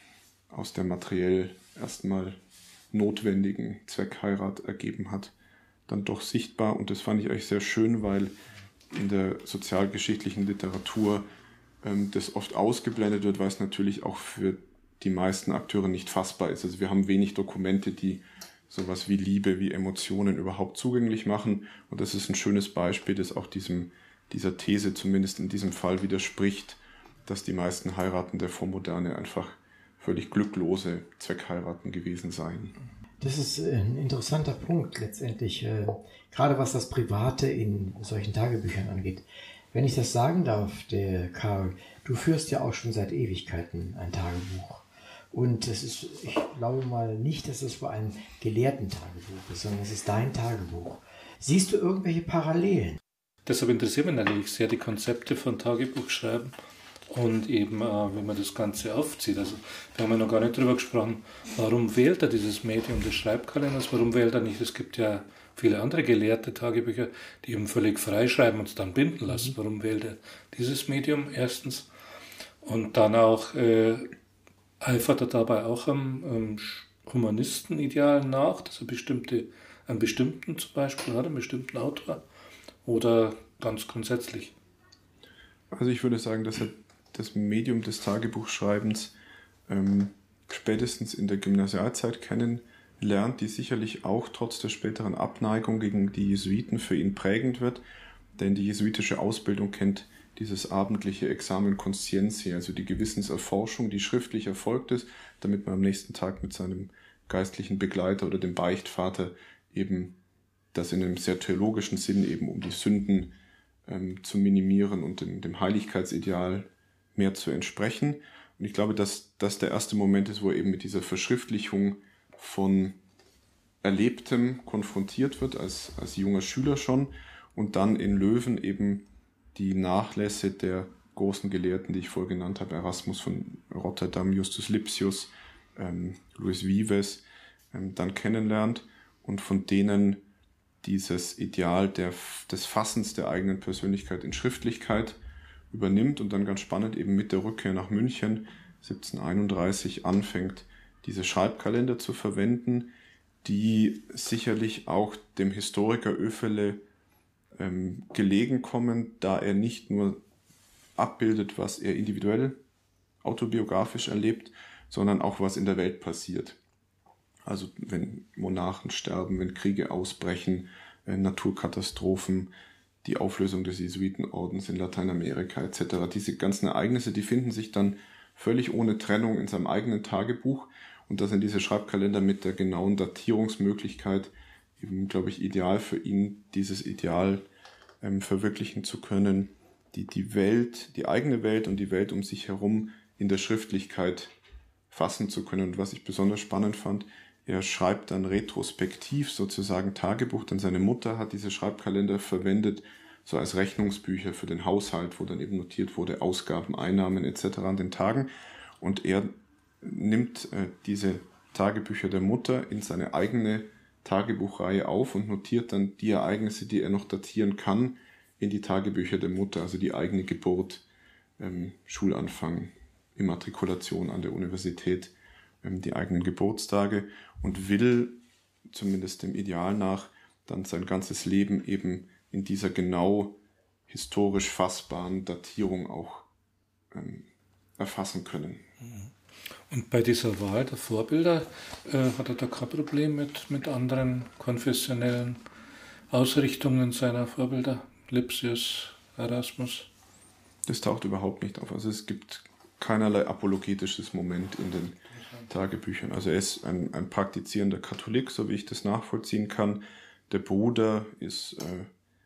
aus der materiell erstmal notwendigen Zweckheirat ergeben hat, dann doch sichtbar. Und das fand ich eigentlich sehr schön, weil in der sozialgeschichtlichen Literatur ähm, das oft ausgeblendet wird, weil es natürlich auch für die meisten Akteure nicht fassbar ist. Also wir haben wenig Dokumente, die sowas wie Liebe, wie Emotionen überhaupt zugänglich machen. Und das ist ein schönes Beispiel, das auch diesem, dieser These zumindest in diesem Fall widerspricht, dass die meisten Heiraten der Vormoderne einfach völlig glücklose Zweckheiraten gewesen seien.
Das ist ein interessanter Punkt letztendlich, äh, gerade was das Private in solchen Tagebüchern angeht. Wenn ich das sagen darf, der Karl, du führst ja auch schon seit Ewigkeiten ein Tagebuch. Und es ist, ich glaube mal nicht, dass es für ein Gelehrten-Tagebuch ist, sondern es ist dein Tagebuch. Siehst du irgendwelche Parallelen?
Deshalb interessiert mich natürlich sehr die Konzepte von Tagebuchschreiben und eben, äh, wenn man das Ganze aufzieht. Also wir haben ja noch gar nicht drüber gesprochen, warum wählt er dieses Medium des Schreibkalenders, warum wählt er nicht, es gibt ja viele andere gelehrte Tagebücher, die eben völlig frei schreiben und es dann binden lassen. Mhm. Warum wählt er dieses Medium erstens? Und dann auch äh, eifert er dabei auch am, am Humanistenideal nach, dass er bestimmte, einen bestimmten zum Beispiel hat, einen bestimmten Autor oder ganz grundsätzlich?
Also ich würde sagen, dass er das Medium des Tagebuchschreibens ähm, spätestens in der Gymnasialzeit kennenlernt, die sicherlich auch trotz der späteren Abneigung gegen die Jesuiten für ihn prägend wird, denn die jesuitische Ausbildung kennt dieses abendliche Examen Conscientiae, also die Gewissenserforschung, die schriftlich erfolgt ist, damit man am nächsten Tag mit seinem geistlichen Begleiter oder dem Beichtvater eben das in einem sehr theologischen Sinn eben um die Sünden ähm, zu minimieren und dem, dem Heiligkeitsideal mehr zu entsprechen. Und ich glaube, dass das der erste Moment ist, wo er eben mit dieser Verschriftlichung von Erlebtem konfrontiert wird, als, als junger Schüler schon, und dann in Löwen eben die Nachlässe der großen Gelehrten, die ich vorher genannt habe, Erasmus von Rotterdam, Justus Lipsius, ähm, Louis Vives, ähm, dann kennenlernt und von denen dieses Ideal der, des Fassens der eigenen Persönlichkeit in Schriftlichkeit übernimmt und dann ganz spannend eben mit der Rückkehr nach München siebzehnhunderteinunddreißig anfängt, diese Schreibkalender zu verwenden, die sicherlich auch dem Historiker Oefele ähm, gelegen kommen, da er nicht nur abbildet, was er individuell autobiografisch erlebt, sondern auch was in der Welt passiert. Also wenn Monarchen sterben, wenn Kriege ausbrechen, äh, Naturkatastrophen, die Auflösung des Jesuitenordens in Lateinamerika et cetera. Diese ganzen Ereignisse, die finden sich dann völlig ohne Trennung in seinem eigenen Tagebuch und das sind diese Schreibkalender mit der genauen Datierungsmöglichkeit eben, glaube ich, ideal für ihn, dieses Ideal ähm, verwirklichen zu können, die die Welt, die eigene Welt und die Welt um sich herum in der Schriftlichkeit fassen zu können. Und was ich besonders spannend fand, er schreibt dann retrospektiv sozusagen Tagebuch, denn seine Mutter hat diese Schreibkalender verwendet, so als Rechnungsbücher für den Haushalt, wo dann eben notiert wurde, Ausgaben, Einnahmen et cetera an den Tagen. Und er nimmt äh, diese Tagebücher der Mutter in seine eigene Tagebuchreihe auf und notiert dann die Ereignisse, die er noch datieren kann, in die Tagebücher der Mutter, also die eigene Geburt, ähm, Schulanfang, Immatrikulation an der Universität, ähm, die eigenen Geburtstage und will, zumindest dem Ideal nach, dann sein ganzes Leben eben in dieser genau historisch fassbaren Datierung auch ähm, erfassen können.
Und bei dieser Wahl der Vorbilder äh, hat er da kein Problem mit, mit anderen konfessionellen Ausrichtungen seiner Vorbilder, Lipsius, Erasmus?
Das taucht überhaupt nicht auf. Also es gibt keinerlei apologetisches Moment in den Tagebüchern. Also er ist ein, ein praktizierender Katholik, so wie ich das nachvollziehen kann. Der Bruder ist äh,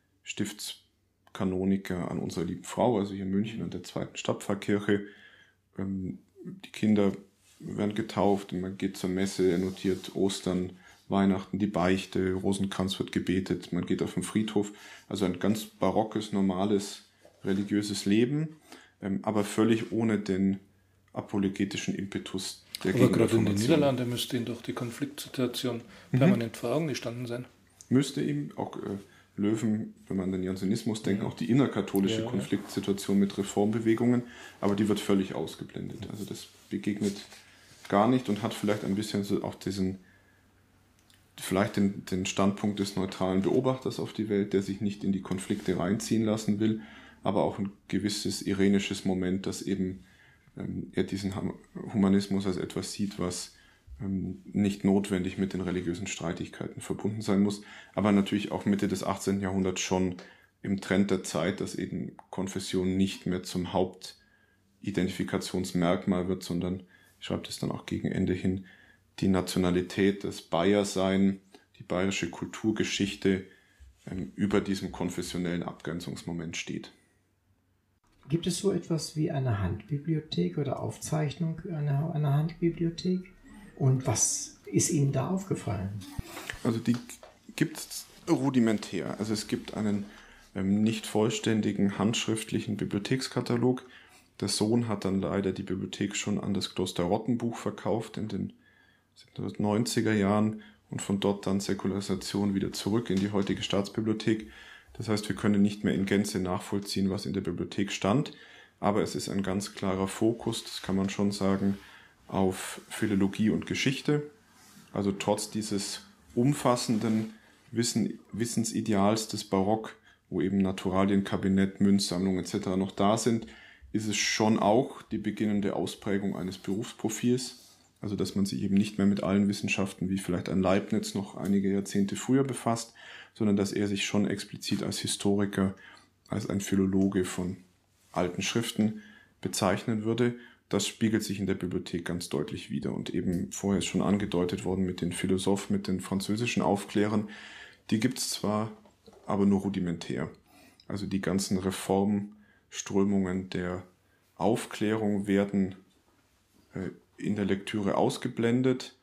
Stiftskanoniker an unserer lieben Frau, also hier in München an der zweiten Stadtpfarrkirche. Ähm, die Kinder werden getauft, man geht zur Messe, er notiert Ostern, Weihnachten, die Beichte, Rosenkranz wird gebetet, man geht auf den Friedhof. Also ein ganz barockes, normales, religiöses Leben, ähm, aber völlig ohne den apologetischen Impetus der
Aber gerade in den Niederlanden müsste ihm doch die Konfliktsituation permanent mhm. vor Augen gestanden sein.
Müsste ihm, auch äh, Löwen, wenn man an den Jansenismus denkt, auch die innerkatholische ja, Konfliktsituation mit Reformbewegungen, aber die wird völlig ausgeblendet. Also das begegnet gar nicht und hat vielleicht ein bisschen so auch diesen, vielleicht den, den Standpunkt des neutralen Beobachters auf die Welt, der sich nicht in die Konflikte reinziehen lassen will, aber auch ein gewisses irenisches Moment, dass eben ähm, er diesen Humanismus als etwas sieht, was ähm, nicht notwendig mit den religiösen Streitigkeiten verbunden sein muss, aber natürlich auch Mitte des achtzehnten Jahrhunderts schon im Trend der Zeit, dass eben Konfession nicht mehr zum Hauptidentifikationsmerkmal wird, sondern, ich schreibe das dann auch gegen Ende hin, die Nationalität, das Bayersein, die bayerische Kulturgeschichte ähm, über diesem konfessionellen Abgrenzungsmoment steht.
Gibt es so etwas wie eine Handbibliothek oder Aufzeichnung einer, einer Handbibliothek? Und was ist Ihnen da aufgefallen?
Also die gibt es rudimentär. Also es gibt einen ähm, nicht vollständigen handschriftlichen Bibliothekskatalog. Der Sohn hat dann leider die Bibliothek schon an das Kloster Rottenbuch verkauft in den neunziger Jahren und von dort dann Säkularisation wieder zurück in die heutige Staatsbibliothek. Das heißt, wir können nicht mehr in Gänze nachvollziehen, was in der Bibliothek stand, aber es ist ein ganz klarer Fokus, das kann man schon sagen, auf Philologie und Geschichte. Also trotz dieses umfassenden Wissen, Wissensideals des Barock, wo eben Naturalien, Kabinett, Münzsammlung et cetera noch da sind, ist es schon auch die beginnende Ausprägung eines Berufsprofils. Also dass man sich eben nicht mehr mit allen Wissenschaften wie vielleicht ein Leibniz noch einige Jahrzehnte früher befasst, sondern dass er sich schon explizit als Historiker, als ein Philologe von alten Schriften bezeichnen würde. Das spiegelt sich in der Bibliothek ganz deutlich wider. Und eben vorher ist schon angedeutet worden mit den Philosophen, mit den französischen Aufklärern. Die gibt es zwar, aber nur rudimentär. Also die ganzen Reformströmungen der Aufklärung werden äh, in der Lektüre ausgeblendet,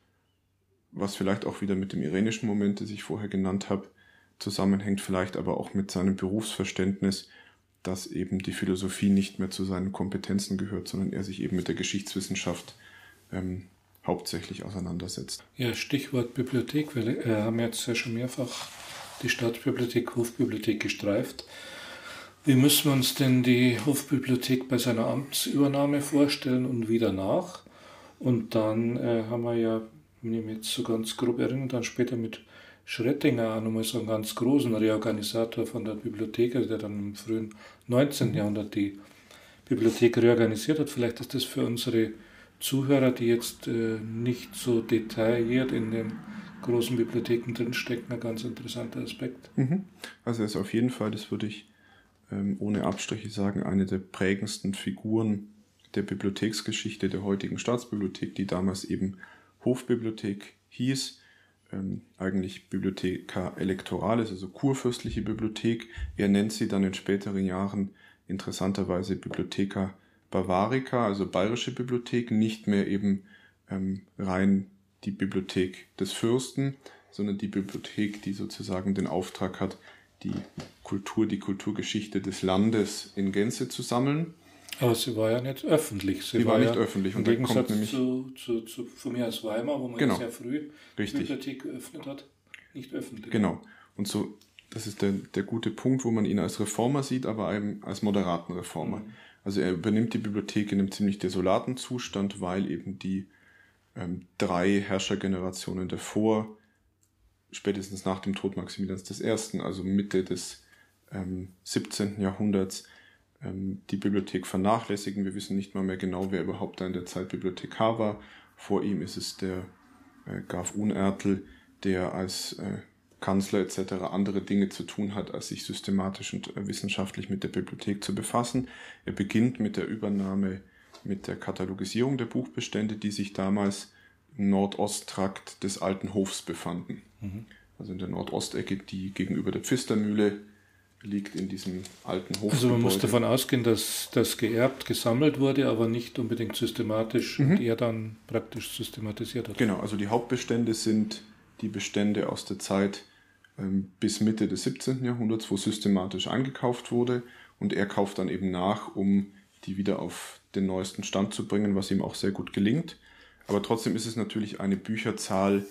was vielleicht auch wieder mit dem irenischen Moment, das ich vorher genannt habe, zusammenhängt, vielleicht aber auch mit seinem Berufsverständnis, dass eben die Philosophie nicht mehr zu seinen Kompetenzen gehört, sondern er sich eben mit der Geschichtswissenschaft ähm, hauptsächlich auseinandersetzt.
Ja, Stichwort Bibliothek. Wir äh, haben jetzt ja schon mehrfach die Stadtbibliothek, Hofbibliothek gestreift. Wie müssen wir uns denn die Hofbibliothek bei seiner Amtsübernahme vorstellen und wie danach? Und dann äh, haben wir ja, wenn ich mich jetzt so ganz grob erinnere, dann später mit Schrettinger auch nochmal so einen ganz großen Reorganisator von der Bibliothek, also der dann im frühen neunzehnten Jahrhundert die Bibliothek reorganisiert hat. Vielleicht ist das für unsere Zuhörer, die jetzt äh, nicht so detailliert in den großen Bibliotheken drinstecken, ein ganz interessanter Aspekt.
Mhm. Also er ist auf jeden Fall, das würde ich ähm, ohne Abstriche sagen, eine der prägendsten Figuren der Bibliotheksgeschichte der heutigen Staatsbibliothek, die damals eben Hofbibliothek hieß, ähm, eigentlich Bibliotheca Electoralis, also kurfürstliche Bibliothek. Er nennt sie dann in späteren Jahren interessanterweise Bibliotheca Bavarica, also bayerische Bibliothek, nicht mehr eben ähm, rein die Bibliothek des Fürsten, sondern die Bibliothek, die sozusagen den Auftrag hat, die Kultur, die Kulturgeschichte des Landes in Gänze zu sammeln.
Aber sie war ja nicht öffentlich.
Sie, sie war, war nicht ja öffentlich.
Und im Gegensatz kommt zu, zu, zu, von mir aus Weimar, wo man
genau,
sehr früh
richtig.
die Bibliothek geöffnet hat, nicht öffentlich.
Genau. Und so, das ist der, der gute Punkt, wo man ihn als Reformer sieht, aber eben als moderaten Reformer. Mhm. Also er übernimmt die Bibliothek in einem ziemlich desolaten Zustand, weil eben die ähm, drei Herrschergenerationen davor, spätestens nach dem Tod Maximilians der Ersten., also Mitte des ähm, siebzehnten Jahrhunderts, die Bibliothek vernachlässigen. Wir wissen nicht mal mehr genau, wer überhaupt da in der Zeit Bibliothekar war. Vor ihm ist es der äh, Graf Unertl, der als äh, Kanzler et cetera andere Dinge zu tun hat, als sich systematisch und äh, wissenschaftlich mit der Bibliothek zu befassen. Er beginnt mit der Übernahme, mit der Katalogisierung der Buchbestände, die sich damals im Nordosttrakt des alten Hofs befanden. Mhm. Also in der Nordostecke, die gegenüber der Pfistermühle liegt, in diesem alten Hofgebäude.
Also man muss davon ausgehen, dass das geerbt, gesammelt wurde, aber nicht unbedingt systematisch, mhm. und er dann praktisch systematisiert hat.
Genau, also die Hauptbestände sind die Bestände aus der Zeit ähm, bis Mitte des siebzehnten Jahrhunderts, wo systematisch eingekauft wurde, und er kauft dann eben nach, um die wieder auf den neuesten Stand zu bringen, was ihm auch sehr gut gelingt. Aber trotzdem ist es natürlich eine Bücherzahl,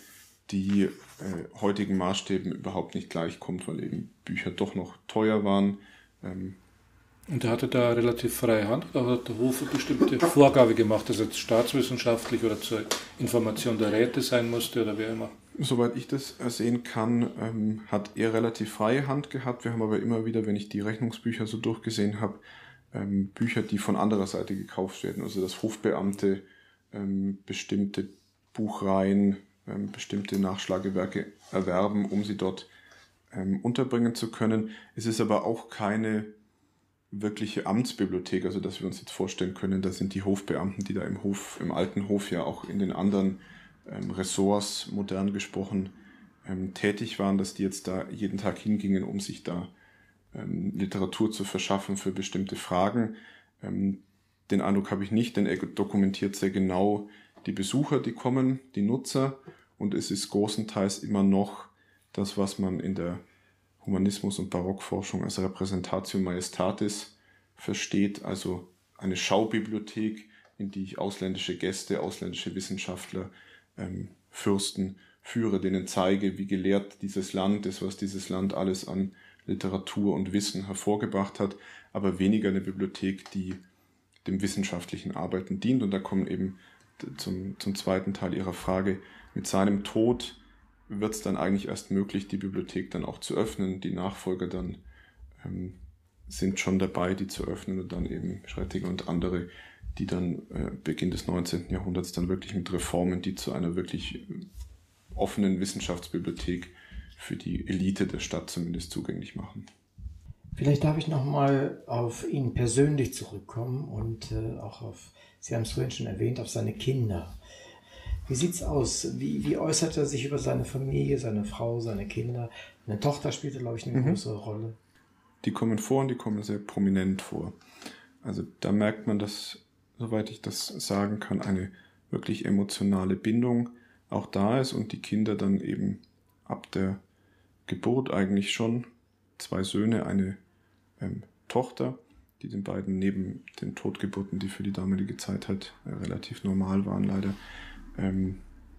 die äh, heutigen Maßstäben überhaupt nicht gleichkommt, weil eben Bücher doch noch teuer waren. Ähm,
Und er hatte da relativ freie Hand, oder hat der Hof eine bestimmte Vorgabe gemacht, dass jetzt staatswissenschaftlich oder zur Information der Räte sein musste oder wer immer?
Soweit ich das sehen kann, ähm, hat er relativ freie Hand gehabt. Wir haben aber immer wieder, wenn ich die Rechnungsbücher so durchgesehen habe, ähm, Bücher, die von anderer Seite gekauft werden. Also dass Hofbeamte ähm, bestimmte Buchreihen, ähm, bestimmte Nachschlagewerke erwerben, um sie dort ähm, unterbringen zu können. Es ist aber auch keine wirkliche Amtsbibliothek, also dass wir uns jetzt vorstellen können, da sind die Hofbeamten, die da im Hof, im alten Hof ja auch in den anderen ähm, Ressorts, modern gesprochen, ähm, tätig waren, dass die jetzt da jeden Tag hingingen, um sich da ähm, Literatur zu verschaffen für bestimmte Fragen. Ähm, den Eindruck habe ich nicht, denn er dokumentiert sehr genau die Besucher, die kommen, die Nutzer, und es ist großenteils immer noch das, was man in der Humanismus- und Barockforschung als Repräsentatio Majestatis versteht, also eine Schaubibliothek, in die ich ausländische Gäste, ausländische Wissenschaftler, ähm, Fürsten führe, denen zeige, wie gelehrt dieses Land ist, was dieses Land alles an Literatur und Wissen hervorgebracht hat, aber weniger eine Bibliothek, die dem wissenschaftlichen Arbeiten dient. Und da kommen eben zum, zum zweiten Teil Ihrer Frage, mit seinem Tod wird es dann eigentlich erst möglich, die Bibliothek dann auch zu öffnen. Die Nachfolger dann ähm, sind schon dabei, die zu öffnen, und dann eben Schrettinger und andere, die dann äh, Beginn des neunzehnten Jahrhunderts dann wirklich mit Reformen, die zu einer wirklich äh, offenen Wissenschaftsbibliothek für die Elite der Stadt zumindest zugänglich machen.
Vielleicht darf ich nochmal auf ihn persönlich zurückkommen und äh, auch auf, Sie haben es vorhin schon erwähnt, auf seine Kinder. Wie sieht's aus? Wie, wie äußert er sich über seine Familie, seine Frau, seine Kinder? Eine Tochter spielt, glaube ich, eine mhm. große Rolle.
Die kommen vor und die kommen sehr prominent vor. Also da merkt man, dass, soweit ich das sagen kann, eine wirklich emotionale Bindung auch da ist und die Kinder dann eben ab der Geburt eigentlich schon, zwei Söhne, eine ähm, Tochter, die den beiden neben den Totgeburten, die für die damalige Zeit halt äh, relativ normal waren leider, ähm,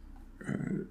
äh,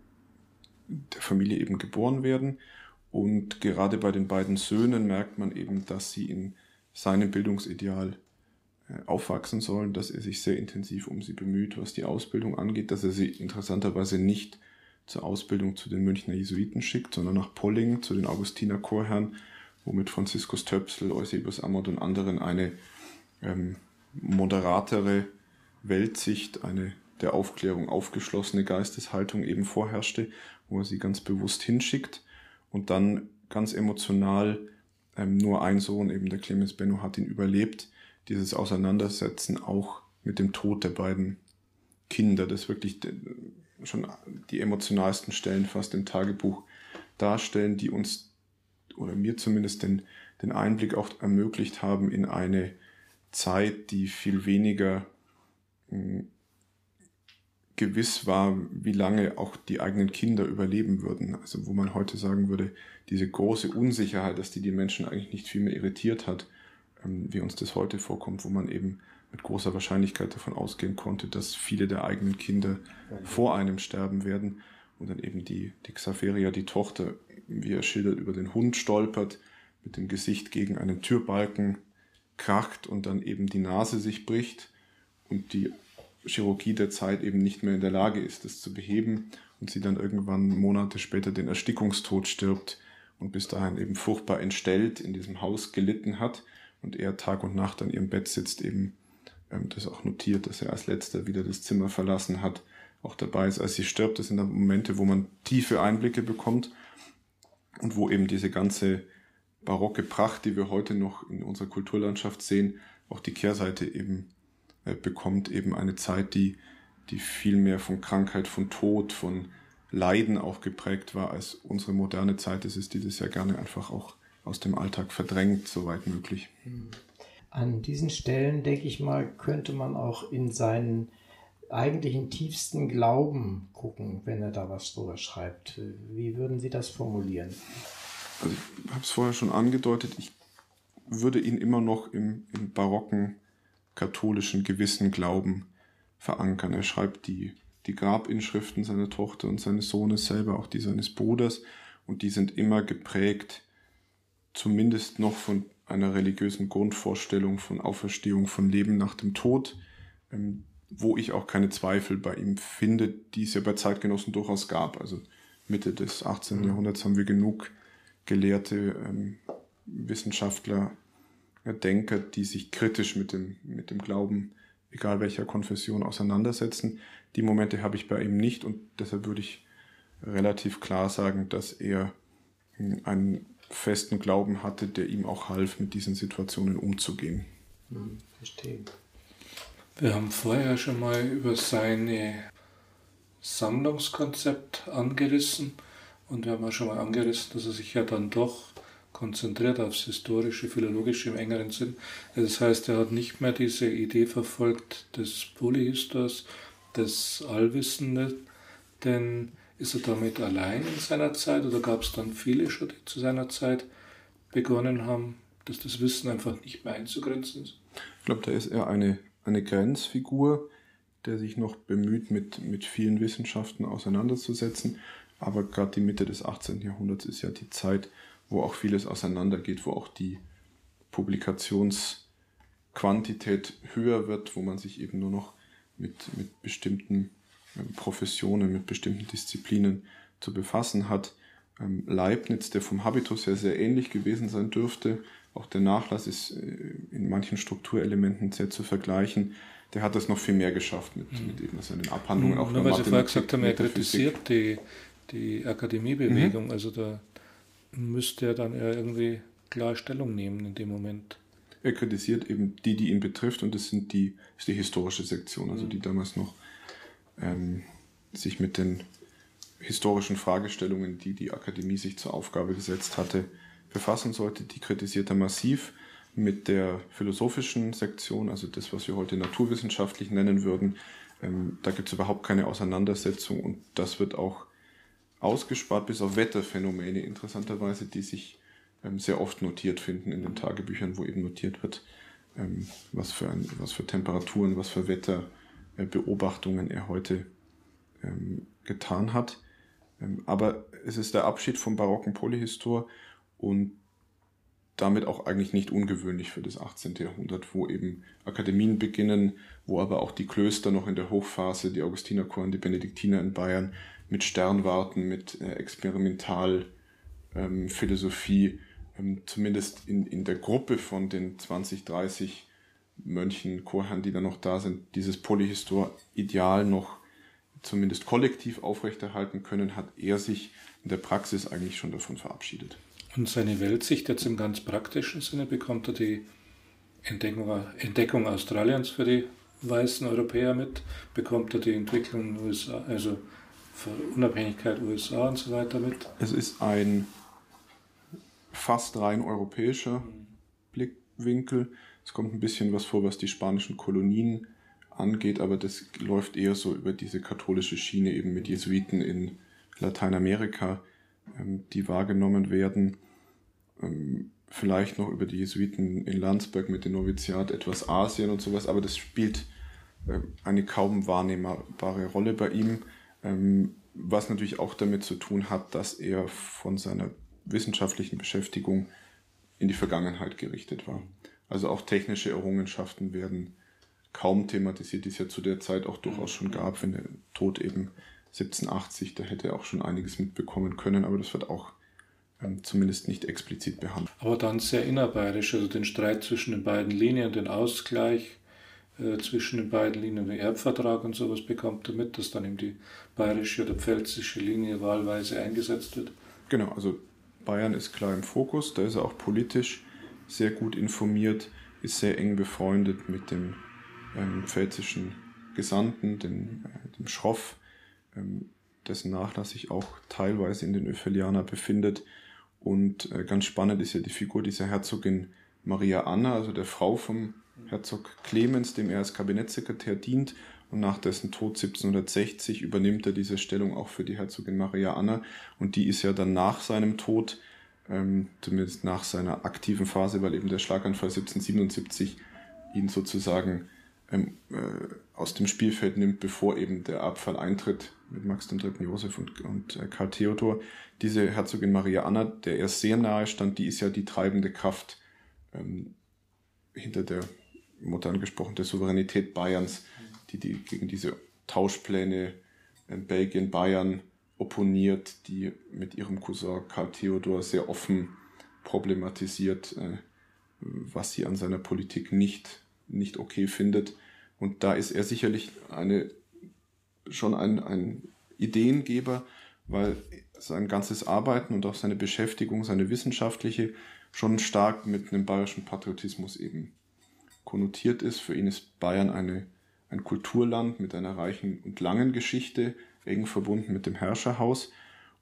der Familie eben geboren werden. Und gerade bei den beiden Söhnen merkt man eben, dass sie in seinem Bildungsideal äh, aufwachsen sollen, dass er sich sehr intensiv um sie bemüht, was die Ausbildung angeht, dass er sie interessanterweise nicht zur Ausbildung zu den Münchner Jesuiten schickt, sondern nach Polling zu den Augustiner-Chorherren, wo mit Franziskus Töpsel, Eusebius Amott und anderen eine ähm, moderatere Weltsicht, eine der Aufklärung aufgeschlossene Geisteshaltung eben vorherrschte, wo er sie ganz bewusst hinschickt. Und dann ganz emotional, ähm, nur ein Sohn, eben der Clemens Benno, hat ihn überlebt. Dieses Auseinandersetzen auch mit dem Tod der beiden Kinder, das wirklich de, schon die emotionalsten Stellen fast im Tagebuch darstellen, die uns, oder mir zumindest, den, den Einblick auch ermöglicht haben in eine Zeit, die viel weniger mh, gewiss war, wie lange auch die eigenen Kinder überleben würden. Also wo man heute sagen würde, diese große Unsicherheit, dass die die Menschen eigentlich nicht viel mehr irritiert hat, ähm, wie uns das heute vorkommt, wo man eben mit großer Wahrscheinlichkeit davon ausgehen konnte, dass viele der eigenen Kinder vor einem sterben werden. Und dann eben die, die Xaveria, die Tochter, wie er schildert, über den Hund stolpert, mit dem Gesicht gegen einen Türbalken kracht und dann eben die Nase sich bricht und die Chirurgie der Zeit eben nicht mehr in der Lage ist, das zu beheben, und sie dann irgendwann Monate später den Erstickungstod stirbt und bis dahin eben furchtbar entstellt in diesem Haus gelitten hat und er Tag und Nacht an ihrem Bett sitzt, eben ähm, das auch notiert, dass er als letzter wieder das Zimmer verlassen hat, auch dabei ist, als sie stirbt. Das sind dann Momente, wo man tiefe Einblicke bekommt und wo eben diese ganze barocke Pracht, die wir heute noch in unserer Kulturlandschaft sehen, auch die Kehrseite eben bekommt, eben eine Zeit, die, die viel mehr von Krankheit, von Tod, von Leiden auch geprägt war, als unsere moderne Zeit ist, ist die das ja gerne einfach auch aus dem Alltag verdrängt, soweit möglich.
An diesen Stellen, denke ich mal, könnte man auch in seinen eigentlichen tiefsten Glauben gucken, wenn er da was drüber schreibt. Wie würden Sie das formulieren?
Also ich habe es vorher schon angedeutet, ich würde ihn immer noch im, im barocken katholischen Gewissen Glauben verankern. Er schreibt die die Grabinschriften seiner Tochter und seines Sohnes selber, auch die seines Bruders. Und die sind immer geprägt, zumindest noch von einer religiösen Grundvorstellung von Auferstehung, von Leben nach dem Tod, ähm, wo ich auch keine Zweifel bei ihm finde, die es ja bei Zeitgenossen durchaus gab. Also Mitte des achtzehnten. Mhm. Jahrhunderts haben wir genug gelehrte ähm, Wissenschaftler, äh, Denker, die sich kritisch mit dem, mit dem Glauben, egal welcher Konfession, auseinandersetzen. Die Momente habe ich bei ihm nicht und deshalb würde ich relativ klar sagen, dass er einen festen Glauben hatte, der ihm auch half, mit diesen Situationen umzugehen.
Hm, verstehe.
Wir haben vorher schon mal über seine Sammlungskonzept angerissen und wir haben auch schon mal angerissen, dass er sich ja dann doch konzentriert aufs Historische, Philologische im engeren Sinn. Das heißt, er hat nicht mehr diese Idee verfolgt des Polyhistors, des Allwissenden, denn ist er damit allein in seiner Zeit oder gab es dann viele schon, die zu seiner Zeit begonnen haben, dass das Wissen einfach nicht mehr einzugrenzen ist?
Ich glaube, da ist er eine, eine Grenzfigur, der sich noch bemüht, mit, mit vielen Wissenschaften auseinanderzusetzen. Aber gerade die Mitte des achtzehnten. Jahrhunderts ist ja die Zeit, wo auch vieles auseinandergeht, wo auch die Publikationsquantität höher wird, wo man sich eben nur noch mit, mit bestimmten ähm, Professionen, mit bestimmten Disziplinen zu befassen hat. Ähm, Leibniz, der vom Habitus her sehr ähnlich gewesen sein dürfte, auch der Nachlass ist äh, in manchen Strukturelementen sehr zu vergleichen, der hat das noch viel mehr geschafft mit, mhm. mit eben seinen Abhandlungen.
Mhm,
auch
nur weil Sie vorher gesagt haben, er kritisiert die, die Akademiebewegung, mhm. also da müsste er dann ja irgendwie klar Stellung nehmen in dem Moment.
Er kritisiert eben die, die ihn betrifft, und das sind die, ist die historische Sektion, also
mhm.
die damals noch ähm, sich mit den historischen Fragestellungen, die die Akademie sich zur Aufgabe gesetzt hatte, befassen sollte. Die kritisiert er massiv. Mit der philosophischen Sektion, also das, was wir heute naturwissenschaftlich nennen würden, ähm, da gibt es überhaupt keine Auseinandersetzung, und das wird auch ausgespart, bis auf Wetterphänomene interessanterweise, die sich ähm, sehr oft notiert finden in den Tagebüchern, wo eben notiert wird, ähm, was für ein, was für Temperaturen, was für Wetterbeobachtungen äh, er heute ähm, getan hat. Ähm, aber es ist der Abschied vom barocken Polyhistor und damit auch eigentlich nicht ungewöhnlich für das achtzehnte. Jahrhundert, wo eben Akademien beginnen, wo aber auch die Klöster noch in der Hochphase, die Augustinerchor, die Benediktiner in Bayern, mit Sternwarten, mit äh, Experimentalphilosophie, ähm, ähm, zumindest in, in der Gruppe von den zwanzig, dreißig Mönchen, Chorherren, die da noch da sind, dieses Polyhistor-Ideal noch zumindest kollektiv aufrechterhalten können, hat er sich in der Praxis eigentlich schon davon verabschiedet.
Und seine Weltsicht jetzt im ganz praktischen Sinne, bekommt er die Entdeckung, Entdeckung Australiens für die weißen Europäer mit, bekommt er die Entwicklung in den U S A, also für Unabhängigkeit U S A und so weiter mit?
Es ist ein fast rein europäischer Blickwinkel. Es kommt ein bisschen was vor, was die spanischen Kolonien angeht, aber das läuft eher so über diese katholische Schiene, eben mit Jesuiten in Lateinamerika, die wahrgenommen werden, vielleicht noch über die Jesuiten in Landsberg mit dem Noviziat, etwas Asien und sowas, aber das spielt eine kaum wahrnehmbare Rolle bei ihm, was natürlich auch damit zu tun hat, dass er von seiner wissenschaftlichen Beschäftigung in die Vergangenheit gerichtet war. Also auch technische Errungenschaften werden kaum thematisiert, die es ja zu der Zeit auch durchaus schon gab, wenn der Tod eben siebzehnhundertachtzig, da hätte er auch schon einiges mitbekommen können, aber das wird auch ähm, zumindest nicht explizit behandelt.
Aber dann sehr innerbayerisch, also den Streit zwischen den beiden Linien, den Ausgleich äh, zwischen den beiden Linien, den Erbvertrag und sowas bekommt er mit, dass dann eben die bayerische oder pfälzische Linie wahlweise eingesetzt wird.
Genau, also Bayern ist klar im Fokus, da ist er auch politisch sehr gut informiert, ist sehr eng befreundet mit dem ähm, pfälzischen Gesandten, den, äh, dem Schroff, dessen Nachlass sich auch teilweise in den Oefelianer befindet. Und äh, ganz spannend ist ja die Figur dieser Herzogin Maria Anna, also der Frau vom Herzog Clemens, dem er als Kabinettssekretär dient. Und nach dessen Tod siebzehnhundertsechzig übernimmt er diese Stellung auch für die Herzogin Maria Anna. Und die ist ja dann nach seinem Tod, ähm, zumindest nach seiner aktiven Phase, weil eben der Schlaganfall siebzehnhundertsiebenundsiebzig ihn sozusagen ähm, äh, aus dem Spielfeld nimmt, bevor eben der Erbfall eintritt mit Max dem dritten Josef und, und äh, Karl Theodor. Diese Herzogin Maria Anna, der er sehr nahe stand, die ist ja die treibende Kraft ähm, hinter der, modern gesprochen, der Souveränität Bayerns, die, die gegen diese Tauschpläne in Belgien, Bayern opponiert, die mit ihrem Cousin Karl Theodor sehr offen problematisiert, äh, was sie an seiner Politik nicht, nicht okay findet. Und da ist er sicherlich eine, schon ein, ein Ideengeber, weil sein ganzes Arbeiten und auch seine Beschäftigung, seine wissenschaftliche, schon stark mit einem bayerischen Patriotismus eben konnotiert ist. Für ihn ist Bayern eine, ein Kulturland mit einer reichen und langen Geschichte, eng verbunden mit dem Herrscherhaus.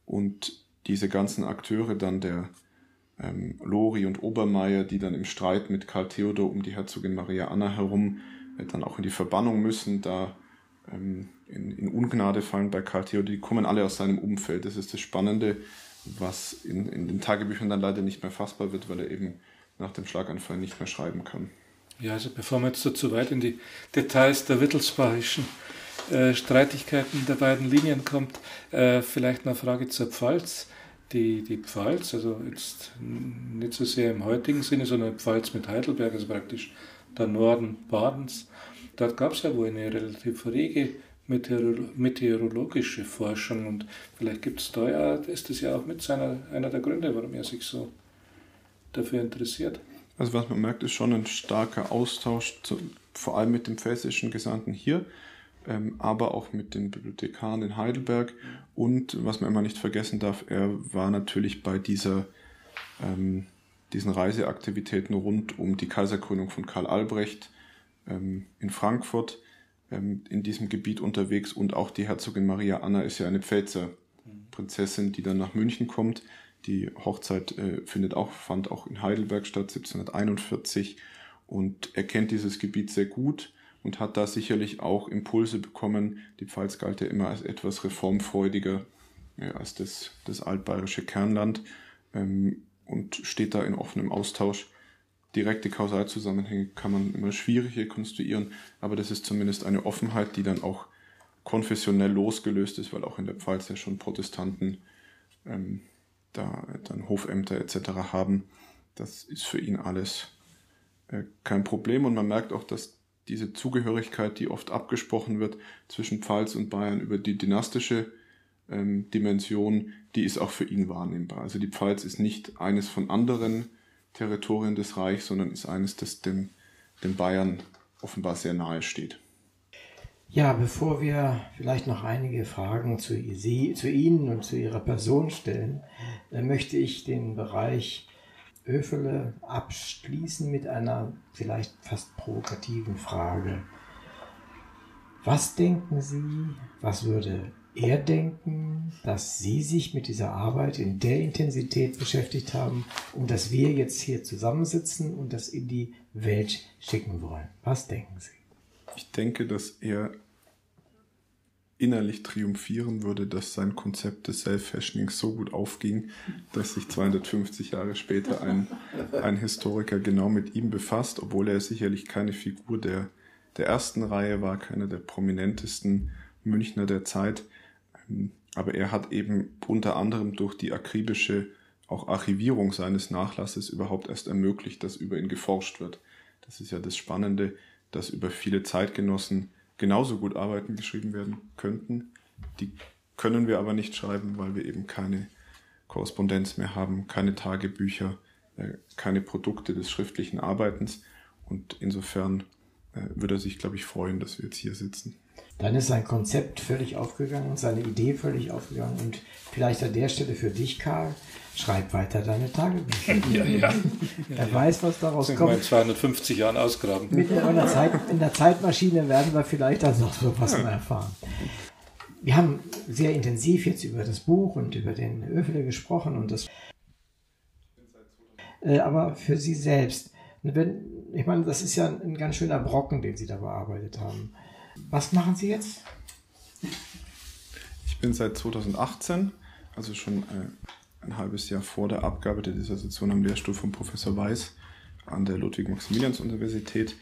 Und diese ganzen Akteure dann der ähm, Lori und Obermeier, die dann im Streit mit Karl Theodor um die Herzogin Maria Anna herum äh, dann auch in die Verbannung müssen, da ähm, in, in Ungnade fallen bei Karl Theodor, die kommen alle aus seinem Umfeld. Das ist das Spannende, was in, in den Tagebüchern dann leider nicht mehr fassbar wird, weil er eben nach dem Schlaganfall nicht mehr schreiben kann.
Ja, also bevor man jetzt so zu weit in die Details der wittelsbachischen äh, Streitigkeiten der beiden Linien kommt, äh, vielleicht eine Frage zur Pfalz. Die, die Pfalz, also jetzt nicht so sehr im heutigen Sinne, sondern Pfalz mit Heidelberg, also praktisch der Norden Badens. Dort gab es ja wohl eine relativ rege meteorolo- meteorologische Forschung und vielleicht gibt es da ja, ist das ja auch mit seiner, einer der Gründe, warum er sich so dafür interessiert.
Also was man merkt, ist schon ein starker Austausch, zu, vor allem mit dem pfälzischen Gesandten hier, ähm, aber auch mit den Bibliothekaren in Heidelberg. Und was man immer nicht vergessen darf, er war natürlich bei dieser, ähm, diesen Reiseaktivitäten rund um die Kaiserkrönung von Karl Albrecht ähm, in Frankfurt ähm, in diesem Gebiet unterwegs. Und auch die Herzogin Maria Anna ist ja eine Pfälzer Prinzessin, die dann nach München kommt. Die Hochzeit äh, findet auch, fand auch in Heidelberg statt, siebzehnhunderteinundvierzig, und er kennt dieses Gebiet sehr gut und hat da sicherlich auch Impulse bekommen. Die Pfalz galt ja immer als etwas reformfreudiger äh, als das, das altbayerische Kernland ähm, und steht da in offenem Austausch. Direkte Kausalzusammenhänge kann man immer schwierig rekonstruieren, aber das ist zumindest eine Offenheit, die dann auch konfessionell losgelöst ist, weil auch in der Pfalz ja schon Protestanten ähm, da dann Hofämter et cetera haben. Das ist für ihn alles äh, kein Problem. Und man merkt auch, dass diese Zugehörigkeit, die oft abgesprochen wird zwischen Pfalz und Bayern über die dynastische ähm, Dimension, die ist auch für ihn wahrnehmbar. Also die Pfalz ist nicht eines von anderen Territorien des Reichs, sondern ist eines, das dem, dem Bayern offenbar sehr nahe steht.
Ja, bevor wir vielleicht noch einige Fragen zu, Sie, zu Ihnen und zu Ihrer Person stellen, äh, möchte ich den Bereich Oefele abschließen mit einer vielleicht fast provokativen Frage. Was denken Sie, was würde er denken, dass Sie sich mit dieser Arbeit in der Intensität beschäftigt haben und dass wir jetzt hier zusammensitzen und das in die Welt schicken wollen? Was denken Sie?
Ich denke, dass er innerlich triumphieren würde, dass sein Konzept des Self-Fashionings so gut aufging, dass sich zweihundertfünfzig Jahre später ein, ein Historiker genau mit ihm befasst, obwohl er sicherlich keine Figur der, der ersten Reihe war, keiner der prominentesten Münchner der Zeit. Aber er hat eben unter anderem durch die akribische auch Archivierung seines Nachlasses überhaupt erst ermöglicht, dass über ihn geforscht wird. Das ist ja das Spannende, dass über viele Zeitgenossen genauso gut Arbeiten geschrieben werden könnten. Die können wir aber nicht schreiben, weil wir eben keine Korrespondenz mehr haben, keine Tagebücher, keine Produkte des schriftlichen Arbeitens. Und insofern würde er sich, glaube ich, freuen, dass wir jetzt hier sitzen.
Dann ist sein Konzept völlig aufgegangen, seine Idee völlig aufgegangen. Und vielleicht an der Stelle für dich, Karl, schreib weiter deine Tagebücher.
Ja, ja.
Er ja, weiß, was daraus
das
kommt.
In zweihundertfünfzig Jahren ausgraben.
Mit einer Zeit, in der Zeitmaschine werden wir vielleicht dann noch so was mal erfahren. Wir haben sehr intensiv jetzt über das Buch und über den Oefele gesprochen. Und das, äh, aber für Sie selbst, wenn, ich meine, das ist ja ein ganz schöner Brocken, den Sie da bearbeitet haben. Was machen Sie jetzt?
Ich bin seit zweitausendachtzehn, also schon äh, ein halbes Jahr vor der Abgabe der Dissertation am Lehrstuhl von Professor Weiß an der Ludwig-Maximilians-Universität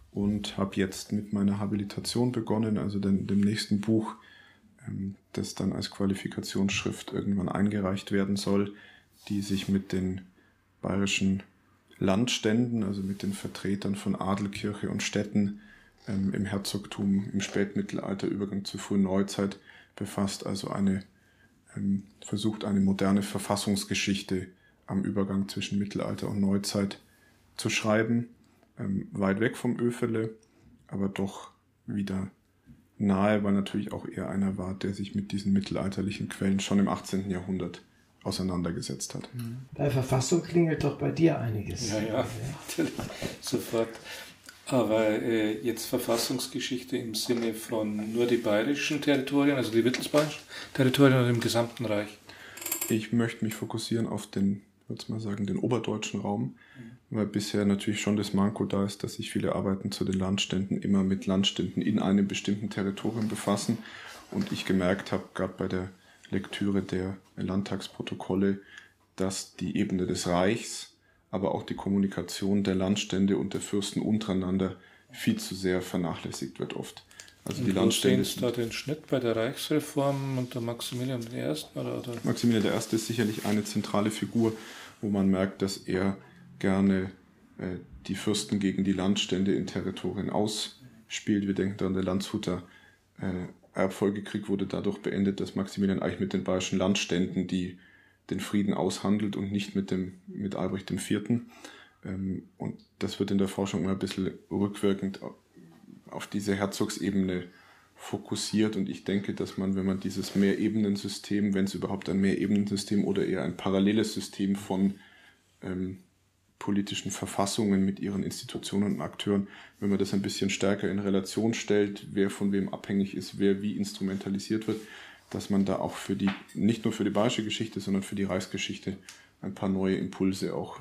und habe jetzt mit meiner Habilitation begonnen, also dem, dem nächsten Buch, ähm, das dann als Qualifikationsschrift irgendwann eingereicht werden soll, die sich mit den bayerischen Landständen, also mit den Vertretern von Adel, Kirche und Städten ähm, im Herzogtum, im Spätmittelalter, Übergang zur frühen Neuzeit befasst, also eine ähm, versucht eine moderne Verfassungsgeschichte am Übergang zwischen Mittelalter und Neuzeit zu schreiben, ähm, weit weg vom Oefele, aber doch wieder nahe, weil natürlich auch er einer war, der sich mit diesen mittelalterlichen Quellen schon im achtzehnten Jahrhundert auseinandergesetzt hat.
Bei Verfassung klingelt doch bei dir einiges.
Ja, ja, natürlich, sofort. Aber äh, jetzt Verfassungsgeschichte im Sinne von nur die bayerischen Territorien, also die wittelsbayerischen Territorien oder im gesamten Reich?
Ich möchte mich fokussieren auf den, ich würde mal sagen, den oberdeutschen Raum, mhm. weil bisher natürlich schon das Manko da ist, dass sich viele Arbeiten zu den Landständen immer mit Landständen in einem bestimmten Territorium befassen und ich gemerkt habe, gerade bei der Lektüre der Landtagsprotokolle, dass die Ebene des Reichs, aber auch die Kommunikation der Landstände und der Fürsten untereinander viel zu sehr vernachlässigt wird oft. Also
und
die Landstände.
Wo sehen Sie da den Schnitt bei der Reichsreform unter Maximilian der Erste? Oder, oder?
Maximilian der Erste ist sicherlich eine zentrale Figur, wo man merkt, dass er gerne äh, die Fürsten gegen die Landstände in Territorien ausspielt. Wir denken daran, der Landshuter äh, Erbfolgekrieg wurde dadurch beendet, dass Maximilian eigentlich mit den bayerischen Landständen die den Frieden aushandelt und nicht mit dem mit Albrecht der Vierte. Ähm, und das wird in der Forschung immer ein bisschen rückwirkend auf diese Herzogsebene fokussiert. Und ich denke, dass man, wenn man dieses Mehrebenensystem, wenn es überhaupt ein Mehrebenensystem oder eher ein paralleles System von ähm, politischen Verfassungen mit ihren Institutionen und Akteuren, wenn man das ein bisschen stärker in Relation stellt, wer von wem abhängig ist, wer wie instrumentalisiert wird, dass man da auch für die, nicht nur für die bayerische Geschichte, sondern für die Reichsgeschichte ein paar neue Impulse auch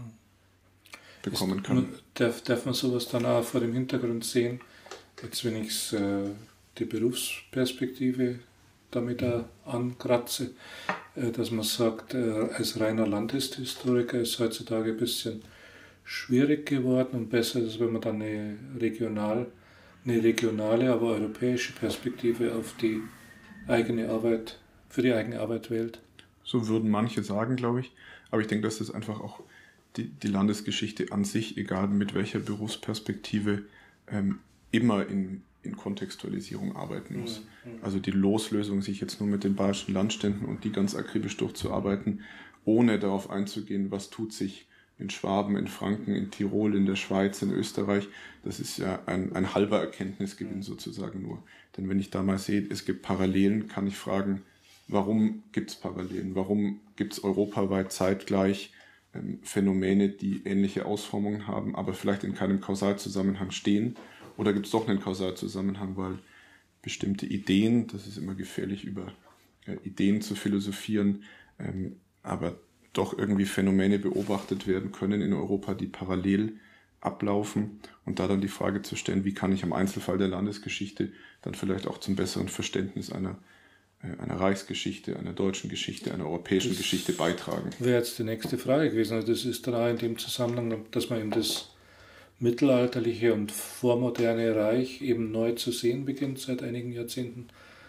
bekommen kann.
Ist, darf, darf man sowas dann auch vor dem Hintergrund sehen, jetzt wenn ich äh, die Berufsperspektive damit auch ankratze, äh, dass man sagt, äh, als reiner Landeshistoriker ist heutzutage ein bisschen schwierig geworden und besser ist, wenn man dann eine, regional, eine regionale, aber europäische Perspektive auf die eigene Arbeit, für die eigene Arbeit wählt.
So würden manche sagen, glaube ich. Aber ich denke, dass das einfach auch die, die Landesgeschichte an sich, egal mit welcher Berufsperspektive, ähm, immer in, in Kontextualisierung arbeiten muss. Mhm. Also die Loslösung, sich jetzt nur mit den bayerischen Landständen und die ganz akribisch durchzuarbeiten, ohne darauf einzugehen, was tut sich in Schwaben, in Franken, in Tirol, in der Schweiz, in Österreich, das ist ja ein, ein halber Erkenntnisgewinn sozusagen nur. Denn wenn ich da mal sehe, es gibt Parallelen, kann ich fragen, warum gibt es Parallelen? Warum gibt es europaweit zeitgleich ähm, Phänomene, die ähnliche Ausformungen haben, aber vielleicht in keinem Kausalzusammenhang stehen? Oder gibt es doch einen Kausalzusammenhang, weil bestimmte Ideen, das ist immer gefährlich, über äh, Ideen zu philosophieren, ähm, aber doch irgendwie Phänomene beobachtet werden können in Europa, die parallel ablaufen und da dann die Frage zu stellen, wie kann ich am Einzelfall der Landesgeschichte dann vielleicht auch zum besseren Verständnis einer, äh, einer Reichsgeschichte, einer deutschen Geschichte, einer europäischen das Geschichte beitragen.
Wäre jetzt die nächste Frage gewesen. Also das ist dann auch in dem Zusammenhang, dass man eben das mittelalterliche und vormoderne Reich eben neu zu sehen beginnt seit einigen Jahrzehnten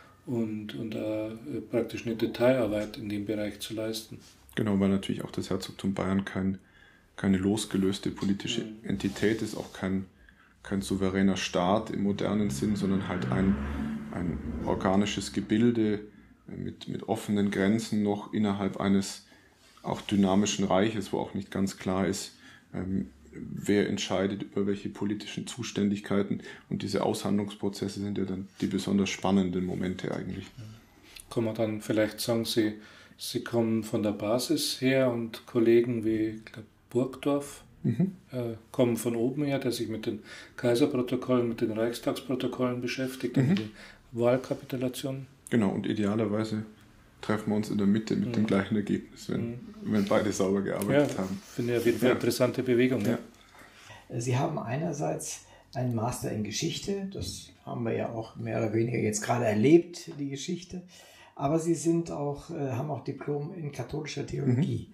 und, und äh, praktisch eine Detailarbeit in dem Bereich zu leisten.
Genau, weil natürlich auch das Herzogtum Bayern kein, keine losgelöste politische mhm. Entität ist, auch kein, kein souveräner Staat im modernen Sinn, sondern halt ein, ein organisches Gebilde mit, mit offenen Grenzen noch innerhalb eines auch dynamischen Reiches, wo auch nicht ganz klar ist, ähm, wer entscheidet über welche politischen Zuständigkeiten. Und diese Aushandlungsprozesse sind ja dann die besonders spannenden Momente eigentlich.
Kann man dann vielleicht sagen, Sie Sie kommen von der Basis her und Kollegen wie ich glaub, Burgdorf mhm. äh, kommen von oben her, der sich mit den Kaiserprotokollen, mit den Reichstagsprotokollen beschäftigt mhm. und die Wahlkapitulation.
Genau, und idealerweise treffen wir uns in der Mitte mit mhm. dem gleichen Ergebnis, wenn, mhm. wenn beide sauber gearbeitet
ja,
haben.
Finde ich auf jeden Fall ja. interessante Bewegung. Ja.
Ja. Sie haben einerseits einen Master in Geschichte, das haben wir ja auch mehr oder weniger jetzt gerade erlebt, die Geschichte. Aber Sie sind auch, äh, haben auch Diplom in katholischer Theologie.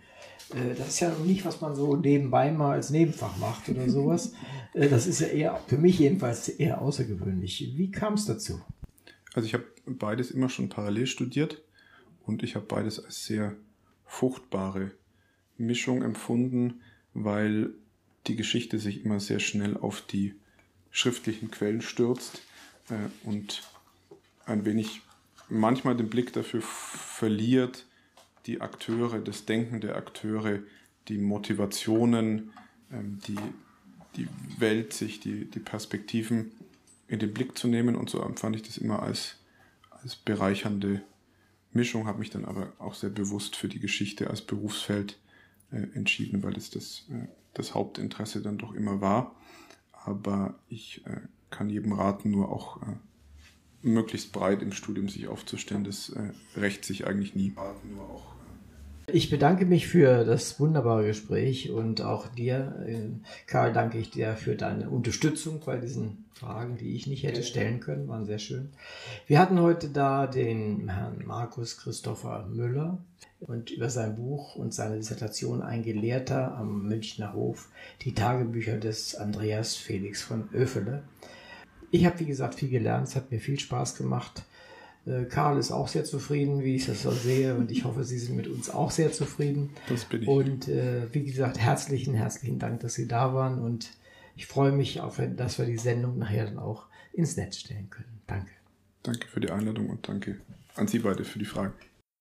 Das ist ja nicht, was man so nebenbei mal als Nebenfach macht oder sowas. Das ist ja eher, für mich jedenfalls, eher außergewöhnlich. Wie kam es dazu?
Also ich habe beides immer schon parallel studiert und ich habe beides als sehr fruchtbare Mischung empfunden, weil die Geschichte sich immer sehr schnell auf die schriftlichen Quellen stürzt äh, und ein wenig manchmal den Blick dafür verliert, die Akteure, das Denken der Akteure, die Motivationen, ähm, die, die Welt, sich die, die Perspektiven in den Blick zu nehmen. Und so empfand ich das immer als, als bereichernde Mischung, habe mich dann aber auch sehr bewusst für die Geschichte als Berufsfeld äh, entschieden, weil es das, äh, das Hauptinteresse dann doch immer war. Aber ich äh, kann jedem raten, nur auch äh, möglichst breit im Studium sich aufzustellen. Das äh, rächt sich eigentlich nie. Nur auch, äh
ich bedanke mich für das wunderbare Gespräch und auch dir, äh, Karl, danke ich dir für deine Unterstützung bei diesen Fragen, die ich nicht hätte stellen können. Waren sehr schön. Wir hatten heute da den Herrn Markus Christopher Müller und über sein Buch und seine Dissertation Ein Gelehrter am Münchner Hof, die Tagebücher des Andreas Felix von Oefele. Ich habe, wie gesagt, viel gelernt, es hat mir viel Spaß gemacht. Äh, Karl ist auch sehr zufrieden, wie ich das so sehe, und ich hoffe, Sie sind mit uns auch sehr zufrieden.
Das bin ich.
Und äh, wie gesagt, herzlichen, herzlichen Dank, dass Sie da waren, und ich freue mich auf, dass wir die Sendung nachher dann auch ins Netz stellen können. Danke.
Danke für die Einladung und danke an Sie beide für die Fragen.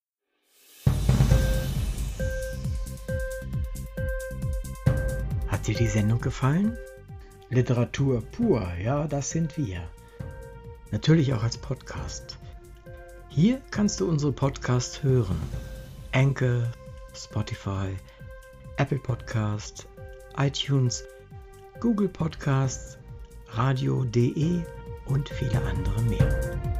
Hat dir die Sendung gefallen? Literatur pur, ja, das sind wir. Natürlich auch als Podcast. Hier kannst du unsere Podcasts hören. Anchor, Spotify, Apple Podcast, iTunes, Google Podcasts, radio punkt de und viele andere mehr.